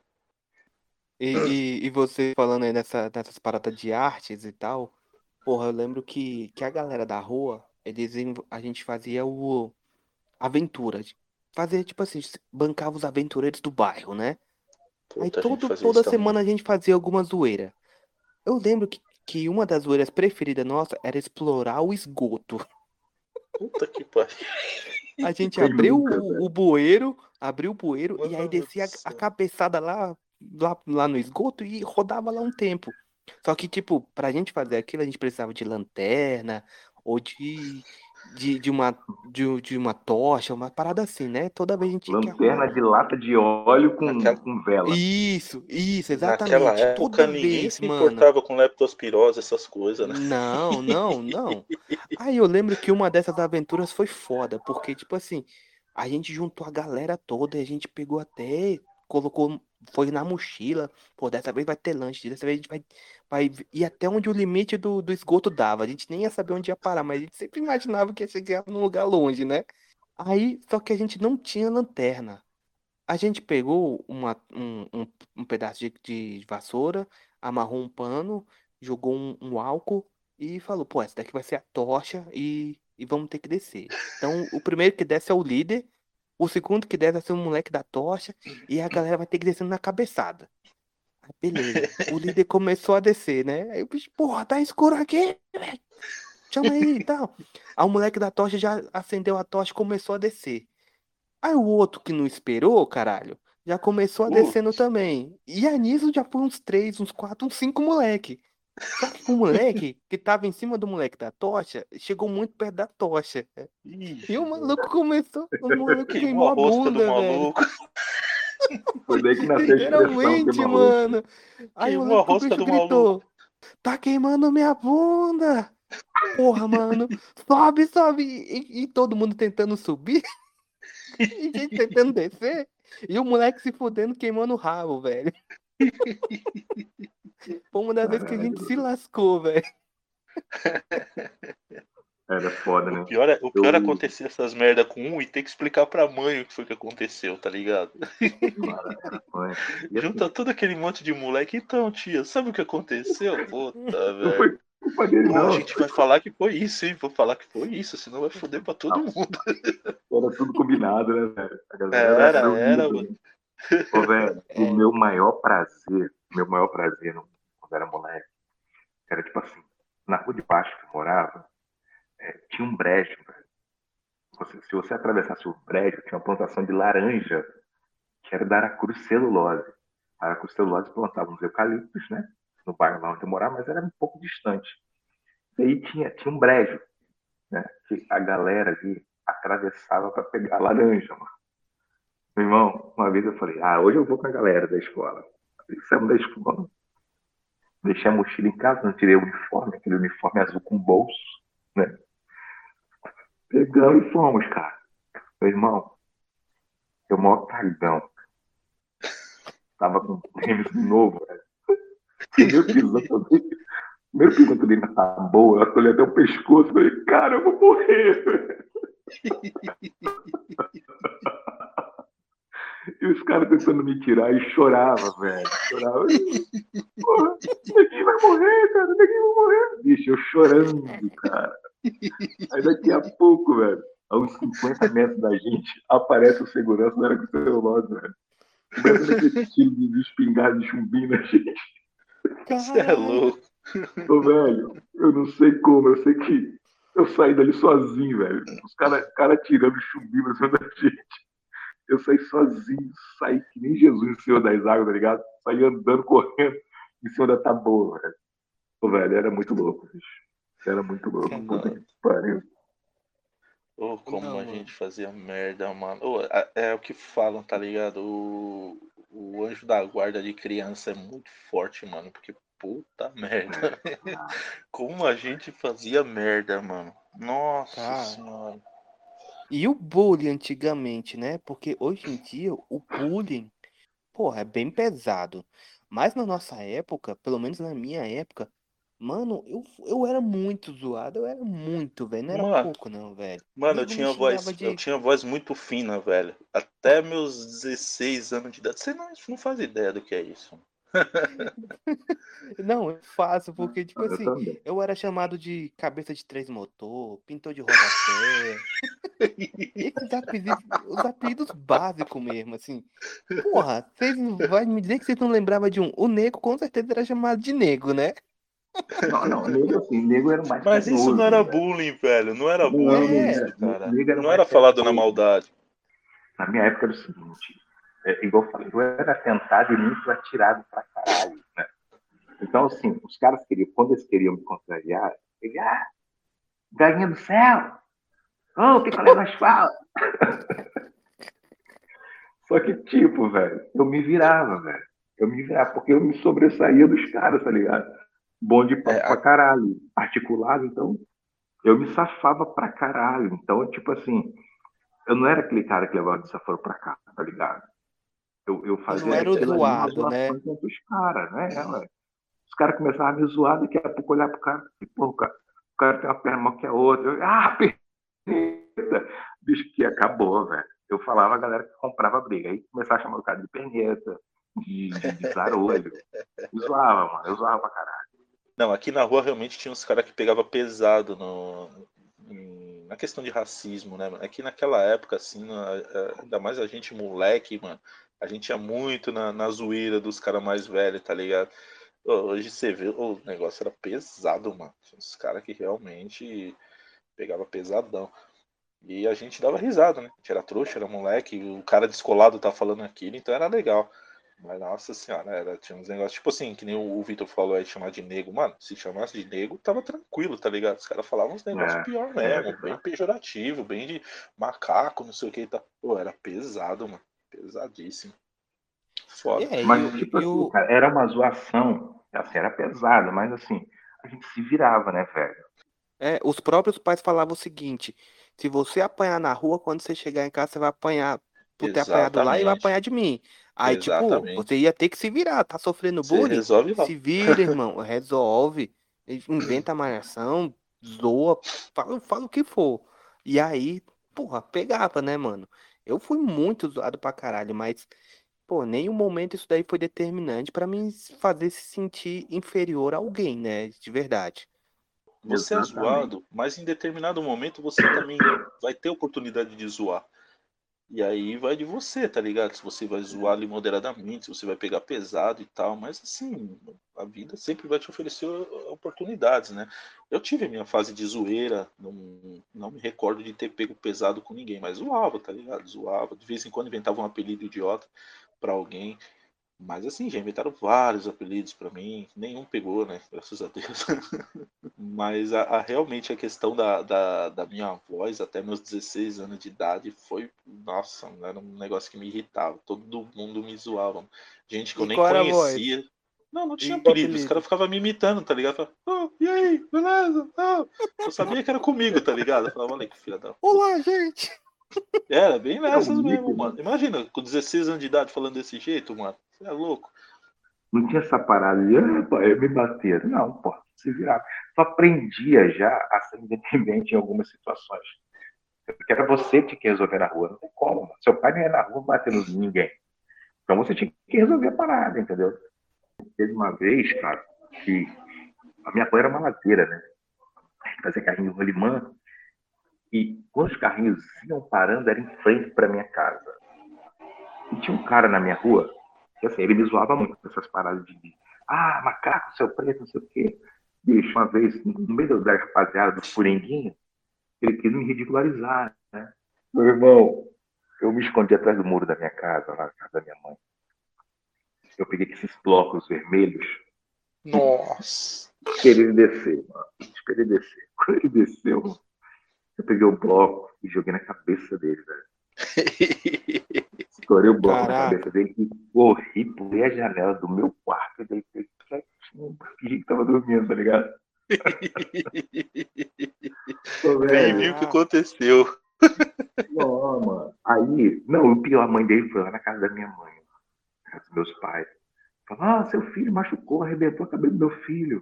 E você falando aí nessas paradas de artes e tal, porra, eu lembro que a galera da rua, a gente fazia o aventura. Fazia, tipo assim, bancava os aventureiros do bairro, né? Aí Puta, a gente fazia toda isso também. semana a gente fazia alguma zoeira. Eu lembro que uma das zoeiras preferidas nossa era explorar o esgoto. Puta que pariu. A gente Quem abriu nunca, o velho? bueiro, abriu o bueiro e aí Mano do descia a céu. cabeçada lá no esgoto e rodava lá um tempo. Só que, tipo, pra gente fazer aquilo, a gente precisava de lanterna ou de uma tocha, uma parada assim, né? Toda vez a gente tinha que arrumar. Lanterna de lata de óleo Naquela, com vela. Isso, naquela exatamente. época, Toda ninguém vez, se mano. importava com leptospirose, essas coisas, né? Não, não, não. Aí eu lembro que uma dessas aventuras foi foda, porque, tipo assim, a gente juntou a galera toda e a gente pegou até, colocou, foi na mochila. Pô, dessa vez vai ter lanche, dessa vez a gente vai ir até onde o limite do esgoto dava. A gente nem ia saber onde ia parar, mas a gente sempre imaginava que ia chegar num lugar longe, né? Aí, só que a gente não tinha lanterna. A gente pegou um pedaço de vassoura, amarrou um pano, jogou um álcool e falou, pô, essa daqui vai ser a tocha e vamos ter que descer. Então, o primeiro que desce é o líder, o segundo que desce vai ser o moleque da tocha e a galera vai ter que descer na cabeçada. Aí, beleza. O líder começou a descer, né? Aí o bicho, porra, tá escuro aqui, velho. Chama aí e tal. Aí o moleque da tocha já acendeu a tocha e começou a descer. Aí o outro que não esperou, caralho, já começou a descendo Putz, também. E a nisso já foi uns 3, uns 4, uns 5 moleque. Só que o moleque que tava em cima do moleque da tocha, chegou muito perto da tocha. E o maluco começou, o maluco Queimou queimou a a rosca do bunda, velho. maluco. Foi daí que nasceu a expressão Literalmente, queima rosto. mano. Aí eu Queimou a lembro que o rosca bicho do maluco. gritou: tá queimando minha bunda! Porra, mano, sobe, sobe! E todo mundo tentando subir, e gente tentando descer, e o moleque se fudendo, queimando o rabo, velho. Foi uma das vezes que a gente se Caralho, lascou, velho. era foda, né? O pior é acontecer essas merda com um e ter que explicar pra mãe o que foi que aconteceu, tá ligado? Era punk. E assim, Junta todo aquele monte de moleque. Então, tia, sabe o que aconteceu? Puta, não velho. foi culpa dele, Pô, a não. gente vai falar que foi isso, hein? Vou falar que foi isso, senão vai foder pra todo mundo. Era tudo combinado, né, velho? A galera era Era, unida, mano. né? Ô, velho, o É, meu maior prazer, quando era moleque, era tipo assim, na rua de baixo que eu morava, tinha um brejo, velho. Se você atravessasse o brejo, tinha uma plantação de laranja, que era da Aracruz Celulose. A Aracruz Celulose plantava uns eucaliptos, né? No bairro lá onde eu morava, mas era um pouco distante. E aí tinha um brejo, né? Que a galera ali atravessava para pegar laranja, mano. Meu irmão, uma vez eu falei, hoje eu vou com a galera da escola. Saímos da escola, deixei a mochila em casa, não tirei o uniforme, aquele uniforme azul com bolso, né? Pegamos e fomos, cara. Meu irmão, eu maior cagão. Tava com um tênis novo, velho. Primeiro pisando ali, primeiro pisando ali na tá boa, eu olhei até o pescoço, falei, cara, eu vou morrer. E os caras tentando me tirar e chorava, velho. Chorava. Porra, ninguém vai morrer, cara, ninguém vai morrer. Bicho, eu chorando, cara. Aí daqui a pouco, velho, a uns 50 metros da gente, aparece o segurança da Aracruz, velho. Começa aquele tiro de espingarda de chumbinho na gente. Você é caralho. louco. Ô, velho, eu não sei como, eu sei que eu saí dali sozinho, velho. Os cara tirando chumbinho pra cima da gente. Eu saí sozinho, saí que nem Jesus em cima das águas, tá ligado? Saí andando, correndo em cima da taboa, velho. Ô, velho, era muito louco, bicho. Era muito louco. Puta que pariu. Ô, como Não, a mano. gente fazia merda, mano. Ô, é o que falam, tá ligado? O anjo da guarda de criança é muito forte, mano. Porque puta merda. Como a gente fazia merda, mano. Nossa Cara. senhora. E o bullying antigamente, né? Porque hoje em dia o bullying, porra, é bem pesado. Mas na nossa época, pelo menos na minha época, mano, eu era muito zoado. Eu era muito, velho. Não era Mano, pouco, não, velho. mano, Nego me xingava eu de. tinha voz muito fina, velho. Até meus 16 anos de idade. Você não faz ideia do que é isso. Não, eu faço, porque, tipo Eu assim, também. eu era chamado de cabeça de três motor, pintor de rodapé. Esses apelidos, os apelidos básicos mesmo, assim. Porra, vocês vai me dizer que vocês não lembravam de um. O nego com certeza era chamado de nego, né? Não, não, nego assim, nego era mais Mas isso não era carinhoso, velho. bullying, velho. Não era Não, bullying não É. isso, era. cara. Nego era Não mais era falado na carinhoso. maldade. Na minha época era o seguinte, igual eu falei, eu era tentado e muito atirado pra caralho, né? Então, assim, os caras queriam, quando eles queriam me contrariar, ele, galinha do céu, picolé no asfalto. Só que, tipo, velho, eu me virava, velho. Eu me virava, porque eu me sobressaía dos caras, tá ligado? Bom de É, papo pra caralho, articulado, então eu me safava pra caralho. Então, tipo assim, eu não era aquele cara que levava desaforo pra cá, tá ligado? Eu Você não fazia era o aquilo ali uma zoado, né? zoação contra os caras, né? Ué. Os caras começavam a me zoar, daqui a pouco olhar pro cara e, pô, o cara tem uma perna maior que a outra. Perneta! Bicho, que acabou, velho. Eu falava a galera que comprava briga. Aí começava a chamar o cara de perneta, de zarolho. Eu zoava, mano. Eu zoava pra caralho. não, aqui na rua realmente tinha uns caras que pegava pesado na questão de racismo, né? Aqui naquela época, assim, ainda mais a gente moleque, mano, a gente ia muito na zoeira dos caras mais velhos, tá ligado? Hoje você vê, o negócio era pesado, mano. Tinha uns caras que realmente pegava pesadão. E a gente dava risada, né? A gente era trouxa, era moleque, o cara descolado tá falando aquilo, então era legal. Mas nossa senhora, tinha uns negócios, tipo assim, que nem o Vitor falou aí, chamar de nego. Mano, se chamasse de nego, tava tranquilo, tá ligado? Os caras falavam uns negócios pior mesmo, bem pejorativo, bem de macaco, não sei o que e tal. Pô, era pesado, mano. Pesadíssimo. Foda. Mas, tipo assim, cara, era uma zoação, assim, era pesada, mas assim, a gente se virava, né, velho? Os próprios pais falavam o seguinte: se você apanhar na rua, quando você chegar em casa, você vai apanhar por ter apanhado lá e vai Exatamente. apanhar de mim. Aí, tipo, você Exatamente. ia ter que se virar. Tá sofrendo Você bullying? resolve lá. Se vira, irmão. Resolve. Inventa malhação, zoa, fala o que for. E aí, porra, pegava, né, mano? Eu fui muito zoado pra caralho, mas, pô, nenhum momento isso daí foi determinante pra mim fazer se sentir inferior a alguém, né? De verdade. Você é Exatamente. zoado, mas em determinado momento você também vai ter oportunidade de zoar. E aí vai de você, tá ligado? Se você vai zoar ali moderadamente, se você vai pegar pesado e tal. Mas assim, a vida sempre vai te oferecer oportunidades, né? Eu tive a minha fase de zoeira, não me recordo de ter pego pesado com ninguém, mas zoava, tá ligado? Zoava. De vez em quando inventava um apelido idiota pra alguém. Mas assim, já inventaram vários apelidos pra mim, nenhum pegou, né? Graças a Deus. Mas realmente a questão da minha voz até meus 16 anos de idade foi, nossa, era um negócio que me irritava. Todo mundo me zoava. Gente que eu E nem qual era a voz? conhecia. Não tinha E o apelido, os caras apelido? ficavam me imitando, tá ligado? Falava, e aí, beleza? Eu sabia que era comigo, tá ligado? Eu falava, olha que filha da puta. Olá, gente! Era bem É o nessas nick, mesmo, né? mano. Imagina, com 16 anos de idade falando desse jeito, mano. Você é louco. Não tinha essa parada de, pô, eu me bater. Não, pô, se virava. Só aprendia já a ser independente em algumas situações. Porque era você que tinha que resolver na rua. Não tem como, mano. Seu pai não ia na rua batendo em ninguém. Então você tinha que resolver a parada, entendeu? Teve uma vez, cara, que a minha rua era uma ladeira, né? A gente fazia carrinho de rolimã. E quando os carrinhos iam parando, era em frente para minha casa. E tinha um cara na minha rua, que assim, ele me zoava muito com essas paradas de macaco, seu preto, não sei o quê. Bicho, uma vez, no meio da rapaziada, dos furinguinhos, ele quis me ridicularizar, né? Meu irmão, eu me escondi atrás do muro da minha casa, lá na casa da minha mãe. Eu peguei esses blocos vermelhos e Nossa. esperei ele descer, mano. Esperei ele descer. Quando ele desceu, eu peguei o bloco e joguei na cabeça dele, velho. Estourei o bloco na cabeça Caraca, dele e corri, pulei a janela do meu quarto e deitei quietinho, fingi que tava dormindo, tá ligado? Ô, Nem vi o velho, que caraca. aconteceu. não, mano. Aí, não, o pior, a mãe dele foi lá na casa da minha mãe, na casa dos meus pais. Falou, seu filho machucou, arrebentou a cabeça do meu filho.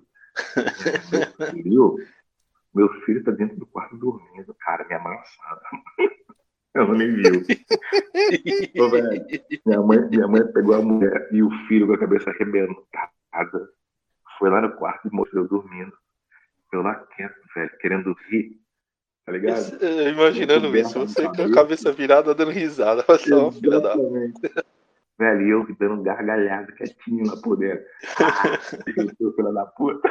Meu filho tá dentro do quarto dormindo. Cara, minha mãe é santa. Ela nem viu. Ô, velho, minha mãe pegou a mulher e o filho com a cabeça arrebentada. Foi lá no quarto e mostrou eu dormindo. Eu lá quieto, velho, querendo rir, tá ligado? Com Imaginando isso, coberta na você com a cabeça. cabeça virada dando risada. Vai ser uma filha da. Exatamente. Velho, e eu dando gargalhada quietinho lá por dentro. Eu, filho da puta.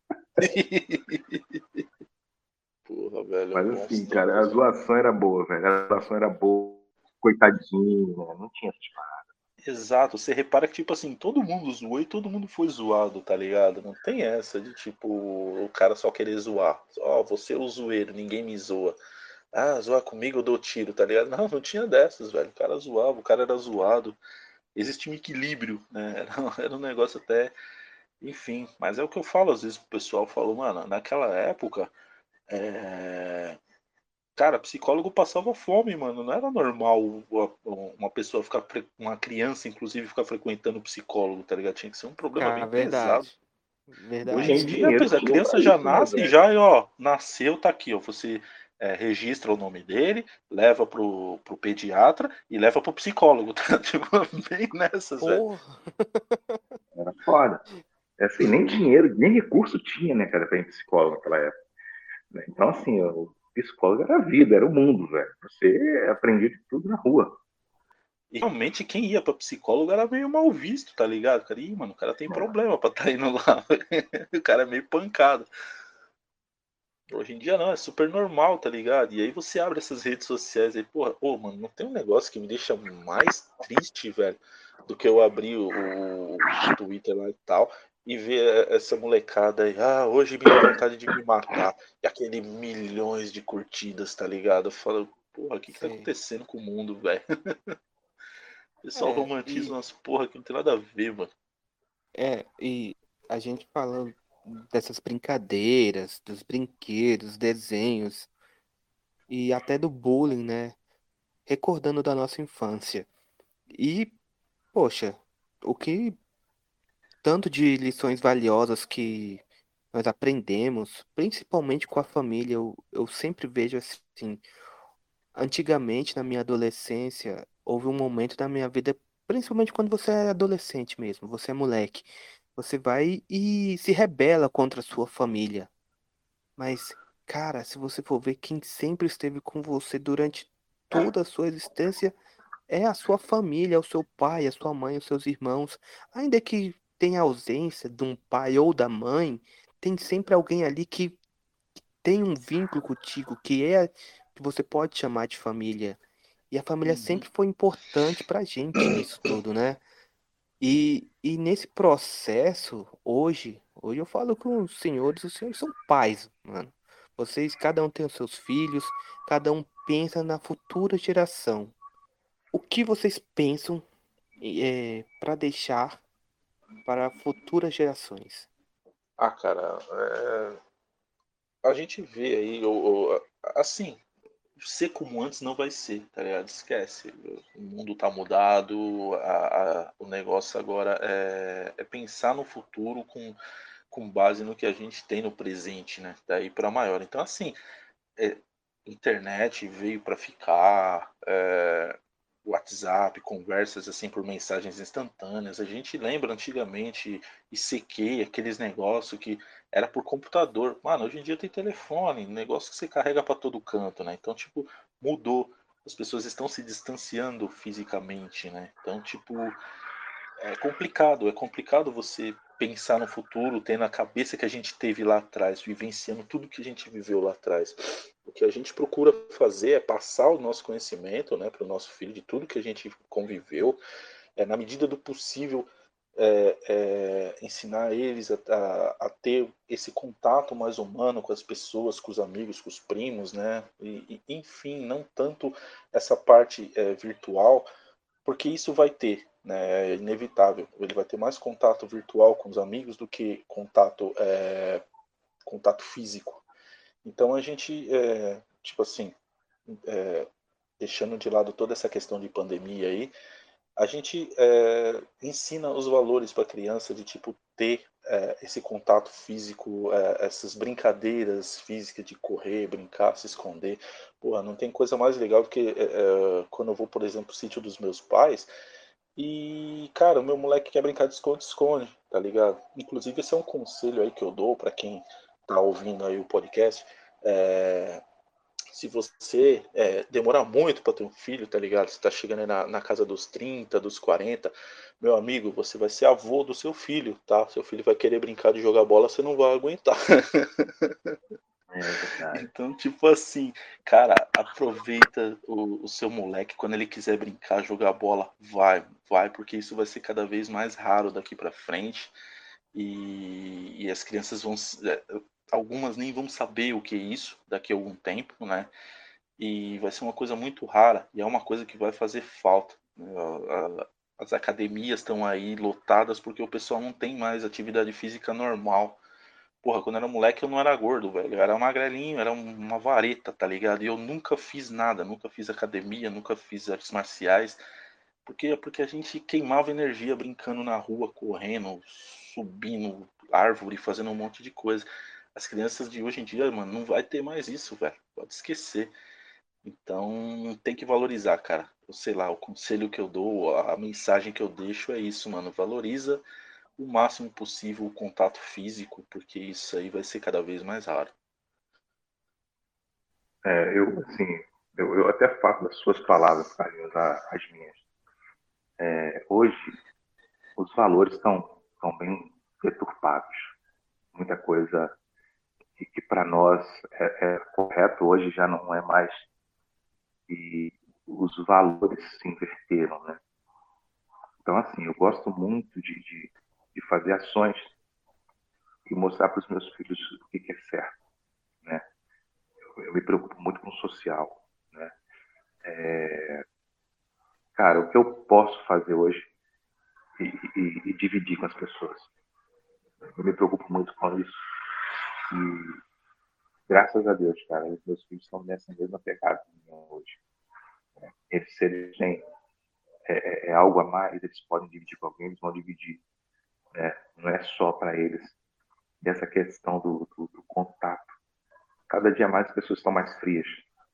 Porra, velho, Mas assim, cara, a monstros, velho. zoação era boa, velho. A zoação era boa. Coitadinho, né? Não tinha essas paradas. Exato, você repara que, tipo assim, todo mundo zoou e todo mundo foi zoado, tá ligado? Não tem essa de, tipo, o cara só querer zoar. Ó, você é o zoeiro, ninguém me zoa. Ah, zoar comigo eu dou tiro, tá ligado? Não tinha dessas, velho. O cara zoava, o cara era zoado. Existia um equilíbrio, né? Era um negócio até. Enfim, mas é o que eu falo, às vezes o pessoal falou, mano, naquela época, é... cara, psicólogo passava fome, mano. Não era normal uma pessoa ficar, uma criança, inclusive, ficar frequentando psicólogo, tá ligado? Tinha que ser um problema bem Cara, pesado. verdade. Hoje em Quem Verdade. dia, dinheiro pois a tinha criança pra já isso, né, nasce e velho? já, ó, nasceu, tá aqui, ó. Você registra o nome dele, leva pro pediatra e leva pro psicólogo, tá? Tipo, bem nessas, velho. Porra. Era foda. É assim, nem dinheiro, nem recurso tinha, né, cara, pra ir em psicólogo naquela época. Né? Então, assim, o psicólogo era a vida, era o mundo, velho. Você aprendia de tudo na rua. E realmente quem ia pra psicólogo era meio mal visto, tá ligado? Cara, ih, mano, o cara tem problema pra tá indo lá. O cara é meio pancado. Hoje em dia não, é super normal, tá ligado? E aí você abre essas redes sociais aí, porra, ô, mano, não tem um negócio que me deixa mais triste, velho, do que eu abrir o Twitter lá e tal e ver essa molecada aí, ah, hoje me deu vontade de me matar. E aquele milhões de curtidas, tá ligado? Eu falo, porra, o que que tá Sei. acontecendo com o mundo, velho? O pessoal É, romantiza e, umas porra que não tem nada a ver, mano. e a gente falando dessas brincadeiras, dos brinquedos, desenhos e até do bullying, né? Recordando da nossa infância. E, poxa, o que tanto de lições valiosas que nós aprendemos, principalmente com a família, eu sempre vejo assim. Antigamente, na minha adolescência, houve um momento da minha vida, principalmente quando você é adolescente mesmo, você é moleque, você vai e se rebela contra a sua família. Mas, cara, se você for ver quem sempre esteve com você durante toda a sua existência, é a sua família, é o seu pai, a sua mãe, os seus irmãos. Ainda que tenha ausência de um pai ou da mãe, tem sempre alguém ali que tem um vínculo contigo, que você pode chamar de família. E a família Uhum. sempre foi importante pra gente nisso tudo, né? E nesse processo, hoje eu falo com os senhores são pais, mano. Vocês, cada um tem os seus filhos, cada um pensa na futura geração. O que vocês pensam para deixar para futuras gerações? Ah, cara, a gente vê aí, assim, ser como antes não vai ser, tá ligado? Esquece. O mundo tá mudado, o negócio agora é pensar no futuro com base no que a gente tem no presente, né? Daí para maior. Então, assim, é, internet veio para ficar, WhatsApp, conversas assim por mensagens instantâneas. A gente lembra antigamente ICQ, aqueles negócios que era por computador. Mano, hoje em dia tem telefone, negócio que você carrega para todo canto, né? Então, tipo, mudou. As pessoas estão se distanciando fisicamente, né? Então, tipo, é complicado você pensar no futuro, tendo a cabeça que a gente teve lá atrás, vivenciando tudo que a gente viveu lá atrás. O que a gente procura fazer é passar o nosso conhecimento, né, para o nosso filho de tudo que a gente conviveu, na medida do possível, ensinar eles a ter esse contato mais humano com as pessoas, com os amigos, com os primos, né? Enfim, não tanto essa parte virtual, porque isso vai ter, né, é inevitável. Ele vai ter mais contato virtual com os amigos do que contato físico. Então a gente, tipo assim, deixando de lado toda essa questão de pandemia aí, a gente ensina os valores para a criança de tipo ter esse contato físico, essas brincadeiras físicas de correr, brincar, se esconder. Porra, não tem coisa mais legal do que quando eu vou, por exemplo, pro sítio dos meus pais e, cara, o meu moleque quer brincar de esconde-esconde, tá ligado? Inclusive, esse é um conselho aí que eu dou para quem tá ouvindo aí o podcast. É, se você demorar muito para ter um filho, tá ligado? Você tá chegando aí na casa dos 30, dos 40, meu amigo, você vai ser avô do seu filho, tá? Seu filho vai querer brincar de jogar bola, você não vai aguentar. É verdade. Então, tipo assim, cara, aproveita o seu moleque quando ele quiser brincar, jogar bola, vai, porque isso vai ser cada vez mais raro daqui pra frente e as crianças vão, algumas nem vão saber o que é isso daqui a algum tempo, né? E vai ser uma coisa muito rara e é uma coisa que vai fazer falta, né? As academias estão aí lotadas porque o pessoal não tem mais atividade física normal. Porra, quando eu era moleque eu não era gordo, velho. Eu era magrelinho, era uma vareta, tá ligado? E eu nunca fiz nada, nunca fiz academia, nunca fiz artes marciais. Porque a gente queimava energia brincando na rua, correndo, subindo árvore, fazendo um monte de coisa. As crianças de hoje em dia, mano, não vai ter mais isso, velho. Pode esquecer. Então tem que valorizar, cara. Eu sei lá, o conselho que eu dou, a mensagem que eu deixo é isso, mano. Valoriza o máximo possível o contato físico, porque isso aí vai ser cada vez mais raro. Eu, assim, eu até faço das suas palavras, Carlinhos, as minhas. Hoje, os valores estão bem deturpados. Muita coisa e que para nós é correto hoje já não é mais, e os valores se inverteram, né? Então, assim, eu gosto muito de fazer ações e mostrar para os meus filhos o que é certo, né? Eu me preocupo muito com o social, né? Cara, o que eu posso fazer hoje e dividir com as pessoas. Eu me preocupo muito com isso. E graças a Deus, cara, os meus filhos estão nessa mesma pegada hoje. Eles, se eles têm algo a mais, eles podem dividir com alguém, eles vão dividir. Né? Não é só para eles. E essa questão do contato. Cada dia mais as pessoas estão mais frias.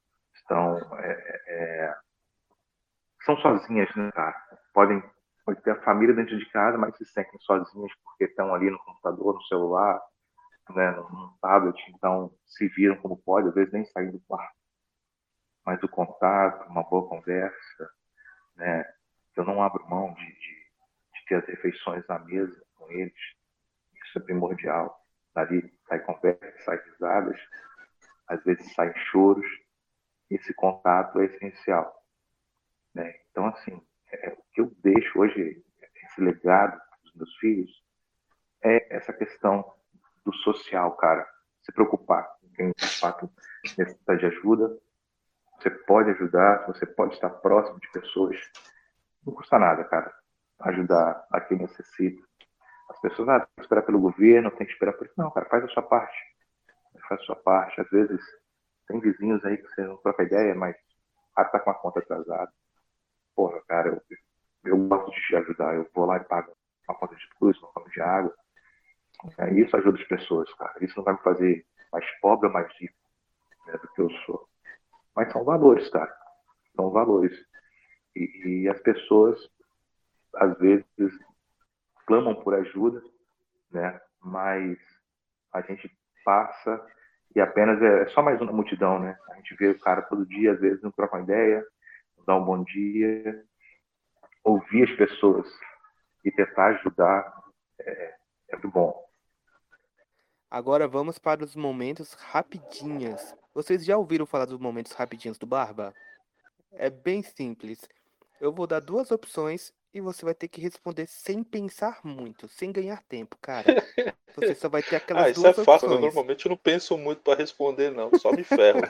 São sozinhas, né, cara? Pode ter a família dentro de casa, mas se sentem sozinhas porque estão ali no computador, no celular, né, no tablet, então se viram como pode, às vezes nem saem do quarto. Mas o contato, uma boa conversa, né? Eu não abro mão de ter as refeições à mesa com eles. Isso é primordial. Dali sai conversa, sai risadas, às vezes saem choros. Esse contato é essencial, né? Então, assim, o que eu deixo hoje, esse legado dos meus filhos, é essa questão do social, cara. Se preocupar com quem, de fato, necessita de ajuda. Você pode ajudar, você pode estar próximo de pessoas. Não custa nada, cara, ajudar a quem necessita. As pessoas, tem que esperar pelo governo, tem que esperar por isso. Não, cara, faz a sua parte. Faz a sua parte. Às vezes, tem vizinhos aí que você não troca ideia, mas tá com a conta atrasada. Porra, cara, eu gosto de te ajudar. Eu vou lá e pago uma conta de luz, uma conta de água. Isso ajuda as pessoas, cara. Isso não vai me fazer mais pobre ou mais rico, né, do que eu sou. Mas são valores, cara. São valores. E as pessoas, às vezes, clamam por ajuda, né? Mas a gente passa e apenas é só mais uma multidão, né? A gente vê o cara todo dia, às vezes não troca uma ideia, não dá um bom dia. Ouvir as pessoas e tentar ajudar é muito bom. Agora vamos para os momentos rapidinhas. Vocês já ouviram falar dos momentos rapidinhos do Barba? É bem simples. Eu vou dar duas opções e você vai ter que responder sem pensar muito, sem ganhar tempo, cara. Você só vai ter aquelas Isso é duas fácil, né? opções. Normalmente eu não penso muito pra responder, não. Só me ferro.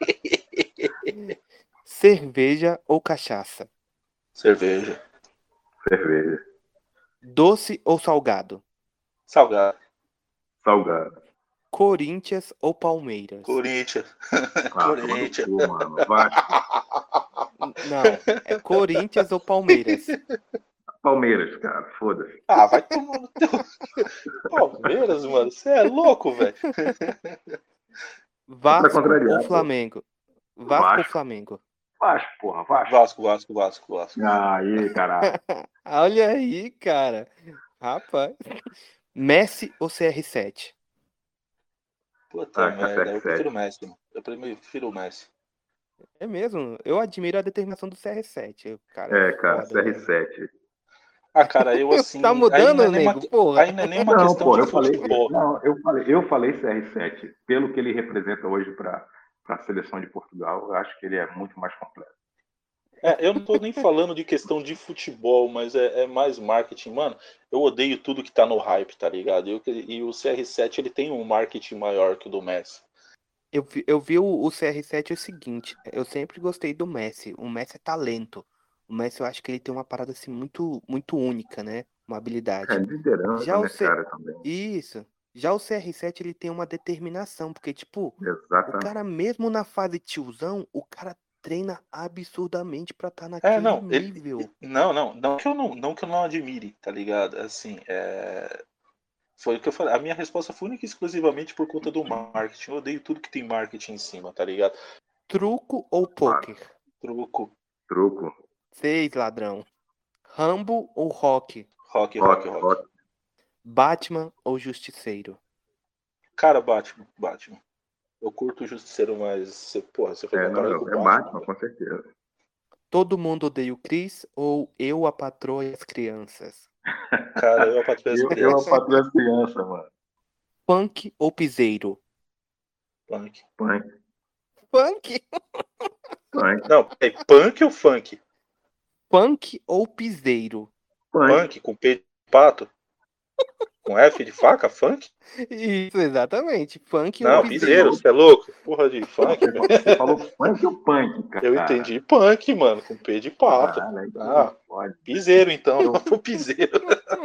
Cerveja ou cachaça? Cerveja. Cerveja. Doce ou salgado? Salgado. Salgado. Corinthians ou Palmeiras? Corinthians. Corinthians. Mano. Vasco. Não, é Corinthians ou Palmeiras? Palmeiras, cara, foda-se. Vai tomar no teu. Palmeiras, mano, você é louco, velho. Vasco ou Flamengo? Vasco ou Flamengo? Vasco, porra, Vasco. Vasco. Aí, caralho. Olha aí, cara. Rapaz. Messi ou CR7? Puta merda, eu prefiro o Messi, mano. Eu prefiro o Messi. É mesmo, eu admiro a determinação do CR7. Cara, cara, foda, CR7. Né? Cara, eu assim. Tá mudando, nego, porra. Aí não é nem uma questão de futebol. Eu falei CR7. Pelo que ele representa hoje para a seleção de Portugal, eu acho que ele é muito mais completo. Eu não tô nem falando de questão de futebol, mas é mais marketing. Mano, eu odeio tudo que tá no hype, tá ligado? E o CR7, ele tem um marketing maior que o do Messi. Eu vi o CR7 é o seguinte, eu sempre gostei do Messi. O Messi é talento. O Messi eu acho que ele tem uma parada assim muito, muito única, né? Uma habilidade. Liderança, Já né, cara, também. Isso. Já o CR7 ele tem uma determinação, porque tipo, exatamente. O cara mesmo na fase tiozão, o cara treina absurdamente pra estar naquele nível. Não que eu não admire, tá ligado? Assim, foi o que eu falei. A minha resposta foi única e exclusivamente por conta do marketing. Eu odeio tudo que tem marketing em cima, tá ligado? Truco ou poker? Truco. 6, ladrão. Rambo ou Rock? Rock. Batman ou Justiceiro? Cara, Batman. Eu curto o Justiceiro, mas você foi comparado com o Batman. Batman, com certeza. Todo Mundo Odeia o Chris ou Eu, a Patroa e as Crianças? Cara, Eu, a Patroa e as Crianças. Eu, a Patroa e as Crianças, mano. Punk ou Piseiro? Punk. Funk? Não, é punk ou funk? Punk ou piseiro? Punk com P de pato? Com F de faca? Funk? Isso, exatamente. Funk ou Não, piseiro, piseiro? você é louco? Porra de funk, velho. Você falou funk ou punk, cara? Eu entendi punk, mano, com P de pato. Caralho, pode. Piseiro, então. Foi piseiro.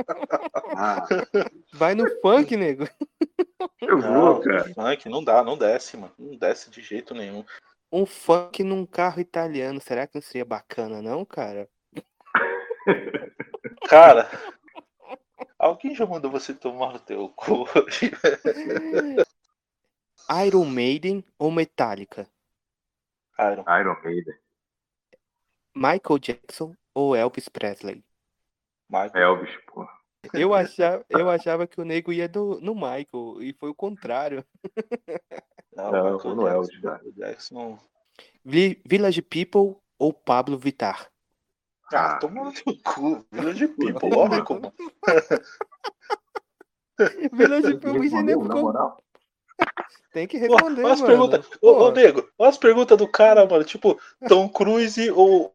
Vai no funk, nego. Eu vou, cara. Funk não dá, não desce, mano. Não desce de jeito nenhum. Um funk num carro italiano. Será que não seria bacana, não, cara? Cara, alguém já mandou você tomar no teu cu? Iron Maiden ou Metallica? Iron Maiden. Michael Jackson ou Elvis Presley? Elvis, pô. Eu achava que o nego ia no Michael, e foi o contrário. Não, vou no Elvis, cara. Jackson. Village People ou Pablo Vittar? Toma no teu cu. Village People, lógico, mano. Village People já nem Na moral? Tem que responder, olha as mano. perguntas. Ô, nego, olha as perguntas do cara, mano. Tipo, Tom Cruise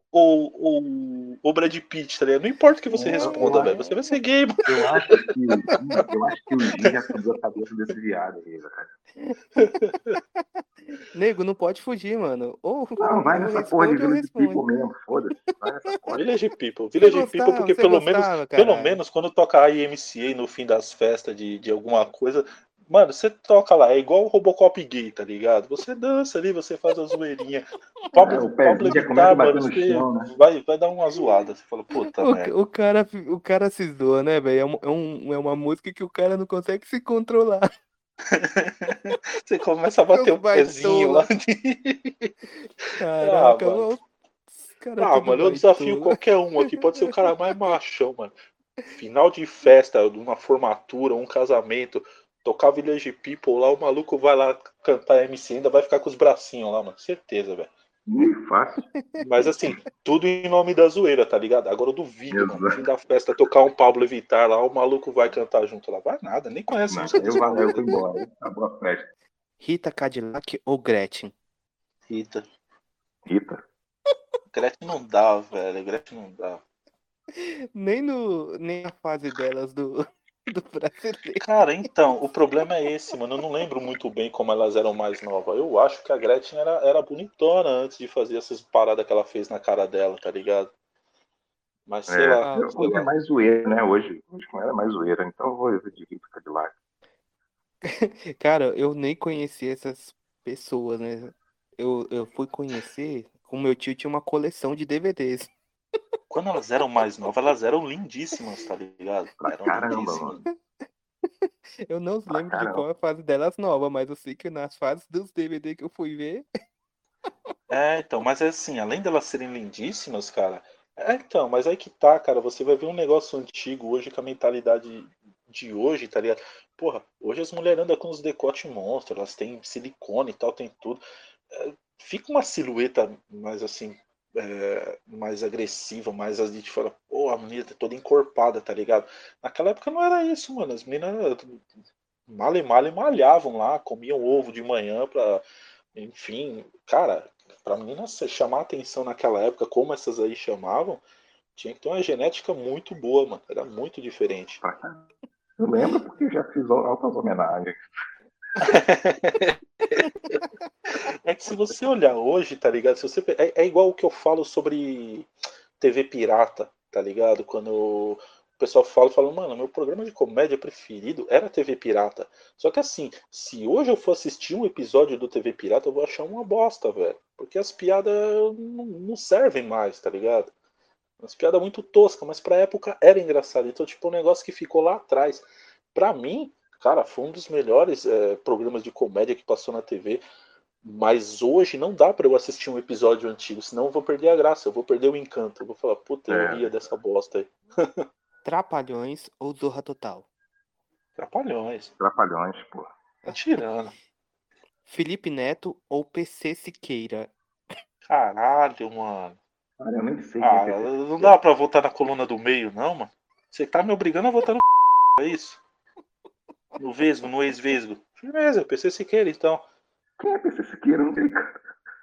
ou Brad Pitt, tá ligado? Não importa o que você responda, velho. Você vai ser gay, mano. Eu acho que o G já subiu a cabeça desse viado aí, velho. Nego, não pode fugir, mano. Ou Não, vai nessa porra de Village responde. People mesmo, foda-se. Vai nessa porra. Village People, porque pelo menos quando toca IMCA no fim das festas de alguma coisa, mano, você toca lá, é igual o Robocop gay, tá ligado? Você dança ali, você faz a zoeirinha. O pezinho já começa a bater no você chão, né? vai dar uma zoada. Você fala, puta merda. O cara se zoa, né, velho? É uma música que o cara não consegue se controlar. Você começa a bater o pezinho lá. Caraca, mano. Cara, Mano, eu desafio qualquer um aqui. Pode ser o cara mais machão, mano. Final de festa, uma formatura, um casamento, tocar Village People lá, o maluco vai lá cantar MC, ainda vai ficar com os bracinhos lá, mano. Certeza, velho. Fácil. Mas assim, tudo em nome da zoeira, tá ligado? Agora eu duvido, mano. No fim da festa, tocar um Pablo Vittar lá, o maluco vai cantar junto lá. Vai nada, nem conhece música. Eu vou embora. Acabou a festa. Rita Cadillac ou Gretchen? Rita. Gretchen não dá, velho. Gretchen não dá. Nem na fase delas do brasileiro. Cara, então, o problema é esse, mano. Eu não lembro muito bem como elas eram mais novas. Eu acho que a Gretchen era bonitona antes de fazer essas paradas que ela fez na cara dela, tá ligado? Mas sei lá. Hoje é mais zoeira, né? Hoje com ela é mais zoeira, então eu vou de Rita Cadillac. Cara, eu nem conhecia essas pessoas, né? Eu fui conhecer com meu tio, tinha uma coleção de DVDs. Quando elas eram mais novas, elas eram lindíssimas, tá ligado? Caramba, mano. Eu não lembro de qual é a fase delas nova, mas eu sei que nas fases dos DVD que eu fui ver. Então, mas é assim, além delas serem lindíssimas, cara. Então, mas aí que tá, cara. Você vai ver um negócio antigo hoje com a mentalidade de hoje, tá ligado? Porra, hoje as mulheres andam com os decote monstros, elas têm silicone e tal, tem tudo. Fica uma silhueta mais assim, mais agressiva, mais a gente fala, pô, a menina tá toda encorpada, tá ligado? Naquela época não era isso, mano. As meninas malhavam lá, comiam ovo de manhã pra. Enfim, cara, pra menina chamar atenção naquela época, como essas aí chamavam, tinha que ter uma genética muito boa, mano. Era muito diferente. Eu lembro porque eu já fiz altas homenagens. É que se você olhar hoje, tá ligado? Se você, é igual o que eu falo sobre TV pirata, tá ligado? Quando o pessoal fala, mano, meu programa de comédia preferido era TV pirata. Só que assim, se hoje eu for assistir um episódio do TV pirata, eu vou achar uma bosta, velho. Porque as piadas não servem mais, tá ligado? Umas piadas muito toscas, mas pra época era engraçado. Então, tipo, um negócio que ficou lá atrás. Pra mim, cara, foi um dos melhores programas de comédia que passou na TV. Mas hoje não dá pra eu assistir um episódio antigo, senão eu vou perder a graça, eu vou perder o encanto. Eu vou falar, puta, eu ria dessa bosta aí. Trapalhões ou Zorra Total? Trapalhões, pô. Tá tirando. Felipe Neto ou PC Siqueira? Caralho, mano. Cara, eu nem sei não dá pra votar na coluna do meio, não, mano. Você tá me obrigando a votar no é isso? No Vesgo, no ex-Vesgo. Beleza, PC Siqueira, então. Quem é PC Siqueira? Não sei, cara.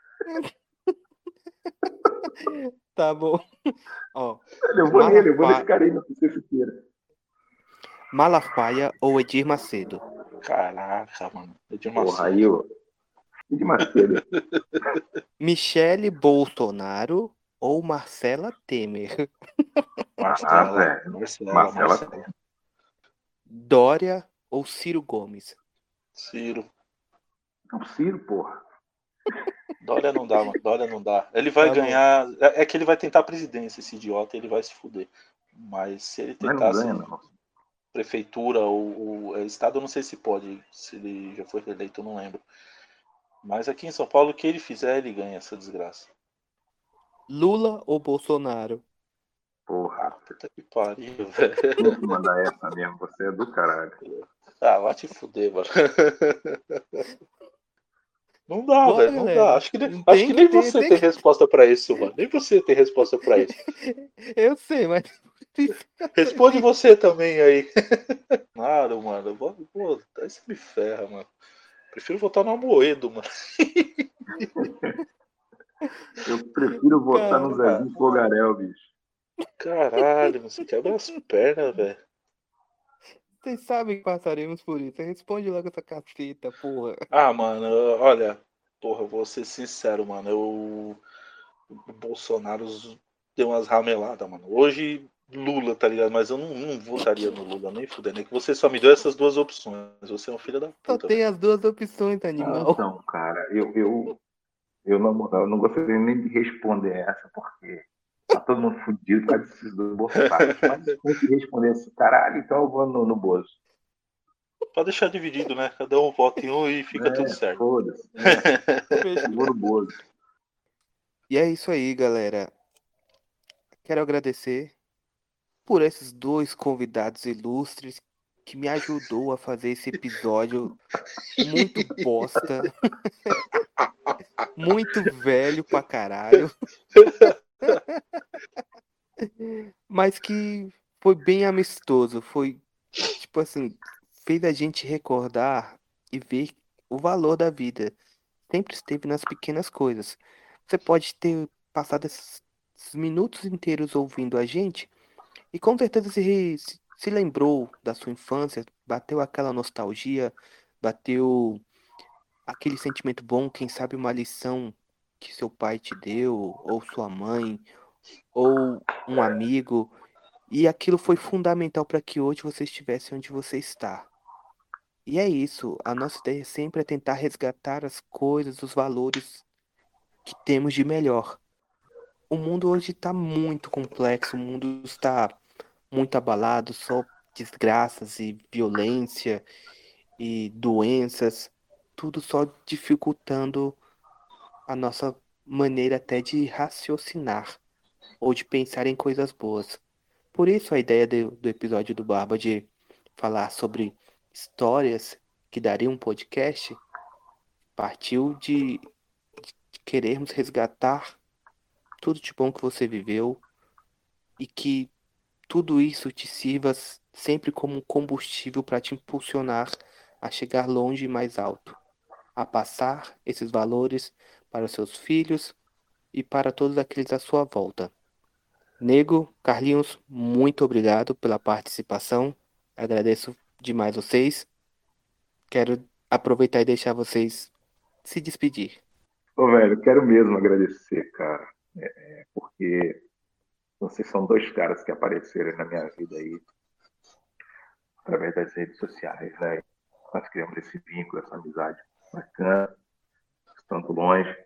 Tá bom. Ó, Eu vou nesse cara aí no PC Siqueira. Malafaia ou Edir Macedo? Caraca, mano. Edir Porra, Macedo. aí, ó. De Macedo. Michele Bolsonaro ou Marcela Temer? Marcela. Velho. Marcela. Marcela. Dória ou Ciro Gomes? Ciro. É o Ciro, porra. Dória não dá, mano. Dória não dá. Ele vai Tá bom. ganhar. É que ele vai tentar a presidência, esse idiota, ele vai se fuder. Mas se ele Mas não tentasse ganha, não. prefeitura ou estado, eu não sei se pode. Se ele já foi reeleito, eu não lembro. Mas aqui em São Paulo, o que ele fizer, ele ganha essa desgraça. Lula ou Bolsonaro? Porra. Puta que pariu, velho. Tem que mandar essa mesmo. Você é do caralho. Ah, vai te fuder, mano. Não dá, Bora, velho, não galera. dá. Acho que nem você tem que... resposta pra isso, mano. Nem você tem resposta pra isso. Eu sei, mas... Responde você também aí. Claro, mano. Pô, aí você me ferra, mano. Prefiro votar no Amoedo, mano. Eu prefiro votar no Zezinho Fogarel, bicho. Caralho, você quebra as pernas, velho. Vocês sabem que passaremos por isso. Responde logo essa caceta, porra. Ah, mano, olha. Porra, vou ser sincero, mano. O Bolsonaro deu umas rameladas, mano. Hoje, Lula, tá ligado? Mas eu não votaria no Lula, nem fudendo. É que você só me deu essas duas opções. Você é um filho da Só puta, tem velho. as duas opções, Ah, animal. então, cara, eu não gostaria nem de responder essa, porque tá todo mundo fudido por causa desses dois bolsonaro. Mas se tem que responder esse caralho, então eu vou no Bozo. Pode deixar dividido, né? Cada um vota em um e fica tudo certo. Foda-se. Eu vou no Bozo. E é isso aí, galera. Quero agradecer por esses dois convidados ilustres que me ajudou a fazer esse episódio muito bosta, muito velho pra caralho, mas que foi bem amistoso, foi tipo assim, fez a gente recordar e ver o valor da vida. Sempre esteve nas pequenas coisas. Você pode ter passado esses minutos inteiros ouvindo a gente e com certeza se lembrou da sua infância, bateu aquela nostalgia, bateu aquele sentimento bom, quem sabe uma lição que seu pai te deu, ou sua mãe, ou um amigo, e aquilo foi fundamental para que hoje você estivesse onde você está. E é isso, a nossa ideia sempre é tentar resgatar as coisas, os valores que temos de melhor. O mundo hoje está muito complexo, o mundo está muito abalado, só desgraças e violência e doenças, tudo só dificultando a nossa maneira até de raciocinar ou de pensar em coisas boas. Por isso a ideia do episódio do Barba de falar sobre histórias que daria um podcast partiu de querermos resgatar tudo de bom que você viveu e que tudo isso te sirva sempre como um combustível para te impulsionar a chegar longe e mais alto, a passar esses valores para os seus filhos e para todos aqueles à sua volta. Nego, Carlinhos, muito obrigado pela participação. Agradeço demais vocês. Quero aproveitar e deixar vocês se despedir. Ô, velho, quero mesmo agradecer, cara, porque vocês são dois caras que apareceram na minha vida aí, através das redes sociais, né? Nós criamos esse vínculo, essa amizade bacana, tanto longe,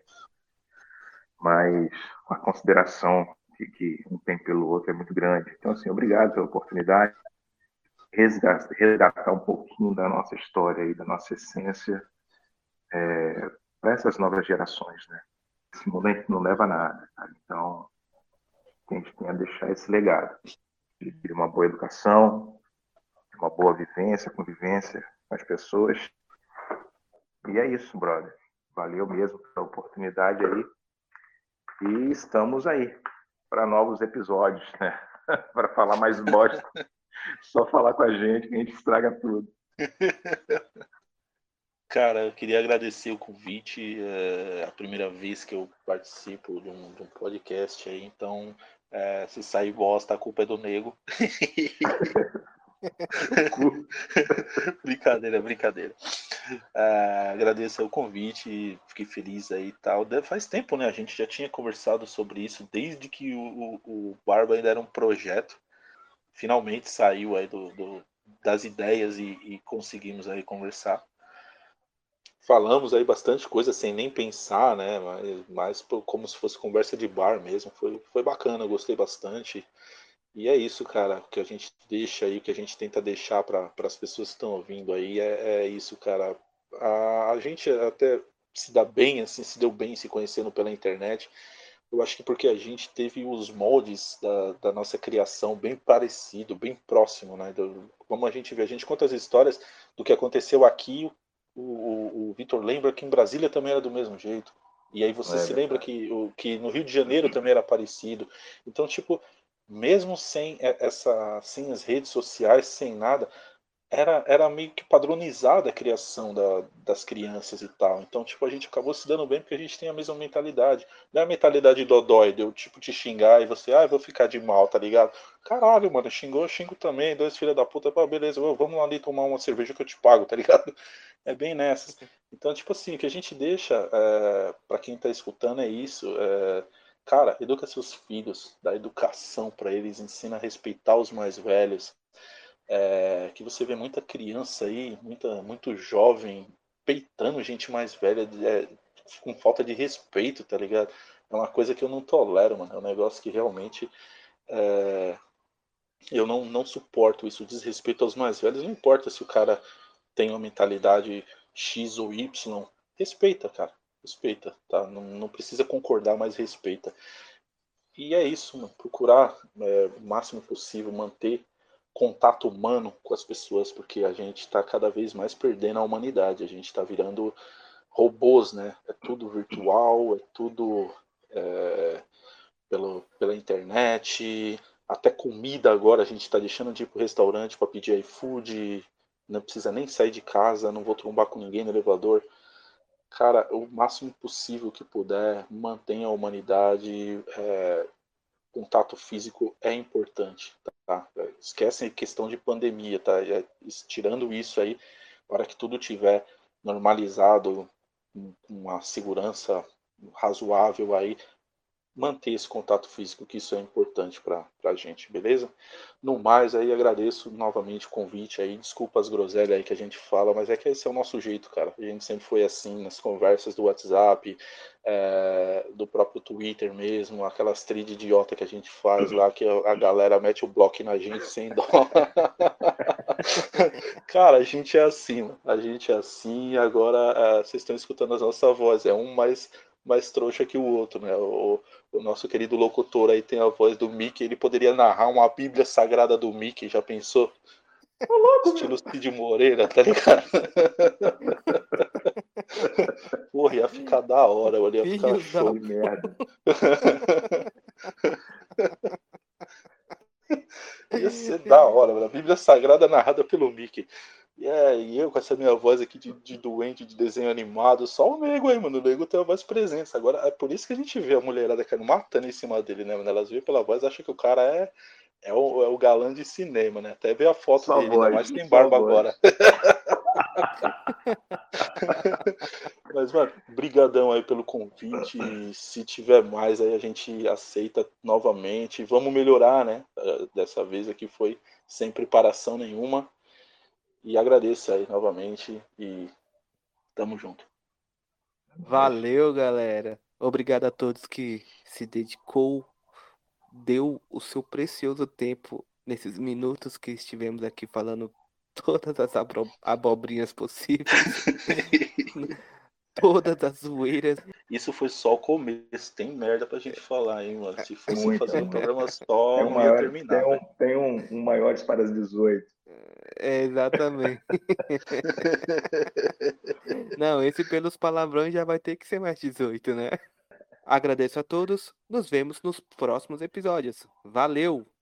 mas a consideração que um tem pelo outro é muito grande. Então, assim, obrigado pela oportunidade. Resgatar um pouquinho da nossa história e da nossa essência para essas novas gerações, né? Esse mundo a gente não leva a nada, cara. Então, a gente tem a deixar esse legado de uma boa educação, de uma boa vivência, convivência com as pessoas. E é isso, brother. Valeu mesmo pela oportunidade aí. E estamos aí para novos episódios, né? Para falar mais bosta. Só falar com a gente que a gente estraga tudo. Cara, eu queria agradecer o convite. É a primeira vez que eu participo de um podcast aí, então se sair bosta, a culpa é do nego. Brincadeira, brincadeira. Agradeço o convite, fiquei feliz aí e tal. Faz tempo, né? A gente já tinha conversado sobre isso desde que o Barba ainda era um projeto. Finalmente saiu aí das ideias e conseguimos aí conversar. Falamos aí bastante coisa sem nem pensar, né? Mas como se fosse conversa de bar mesmo. Foi bacana, eu gostei bastante. E é isso, cara. O que a gente deixa aí, o que a gente tenta deixar para as pessoas que estão ouvindo aí é isso, cara. A gente até se dá bem, assim, se deu bem se conhecendo pela internet. Eu acho que porque a gente teve os moldes da nossa criação bem parecido, bem próximo, né? Como a gente vê, a gente conta as histórias do que aconteceu aqui. O Vitor lembra que em Brasília também era do mesmo jeito. E aí você se lembra que no Rio de Janeiro também era parecido. Então, tipo, mesmo sem as redes sociais, sem nada, era meio que padronizada a criação das crianças e tal. Então, tipo, a gente acabou se dando bem porque a gente tem a mesma mentalidade. Não é a mentalidade dodói, de eu, tipo, te xingar e você, eu vou ficar de mal, tá ligado? Caralho, mano, xingou, eu xingo também, dois filha da puta, beleza, vamos ali tomar uma cerveja que eu te pago, tá ligado? É bem nessas. Então, tipo assim, o que a gente deixa pra quem tá escutando é isso. Cara, educa seus filhos, dá educação pra eles, ensina a respeitar os mais velhos. Que você vê muita criança aí, muito jovem, peitando gente mais velha, com falta de respeito, tá ligado? É uma coisa que eu não tolero, mano. É um negócio que realmente eu não suporto isso. O desrespeito aos mais velhos, não importa se o cara tem uma mentalidade X ou Y, respeita, cara. Respeita, tá? Não precisa concordar, mas respeita. E é isso, mano. Procurar o máximo possível manter contato humano com as pessoas, porque a gente está cada vez mais perdendo a humanidade. A gente está virando robôs, né? É tudo virtual, é tudo é, pela internet. Até comida agora a gente está deixando de ir pro restaurante para pedir iFood. Não precisa nem sair de casa, não vou trombar com ninguém no elevador. Cara, o máximo possível que puder, mantenha a humanidade. Contato físico é importante, tá? Esquecem a questão de pandemia, tá? Tirando isso aí, para que tudo tiver normalizado, uma segurança razoável aí, manter esse contato físico, que isso é importante para a gente, beleza? No mais, aí agradeço novamente o convite aí, desculpa as groselhas aí que a gente fala, mas é que esse é o nosso jeito, cara. A gente sempre foi assim nas conversas do WhatsApp, do próprio Twitter mesmo, aquelas thread idiota que a gente faz lá, que a galera mete o bloco na gente sem dó. Cara, a gente é assim, mano. A gente é assim, agora vocês estão escutando as nossas vozes, é um mais trouxa que o outro, né? O nosso querido locutor aí tem a voz do Mickey, ele poderia narrar uma Bíblia Sagrada do Mickey, já pensou? Estilo Cid Moreira, tá ligado? Porra, ia ficar da hora, ia ficar show. Que merda. Ia ser da hora, mano. A Bíblia Sagrada narrada pelo Mickey. E eu com essa minha voz aqui de doente de desenho animado, só o Nego aí, mano. O Nego tem a voz presença. Agora, é por isso que a gente vê a mulherada caindo matando em cima dele, né, mano? Elas veem pela voz, acham que o cara é o galã de cinema, né? Até ver a foto Só dele, ainda mais tem só barba voz. agora. Mas, mano, brigadão aí pelo convite. Se tiver mais aí, a gente aceita novamente. Vamos melhorar, né? Dessa vez aqui foi sem preparação nenhuma. E agradeço aí novamente e tamo junto. Valeu, galera. Obrigado a todos que se dedicou, deu o seu precioso tempo nesses minutos que estivemos aqui falando todas as abobrinhas possíveis, todas as zoeiras. Isso foi só o começo. Tem merda pra gente falar, hein, mano. Se fosse Muita, fazer um mano. programa só, não ia terminar, velho. Tem um maiores para as 18. Exatamente. Não, esse pelos palavrões já vai ter que ser mais 18, né? Agradeço a todos. Nos vemos nos próximos episódios. Valeu!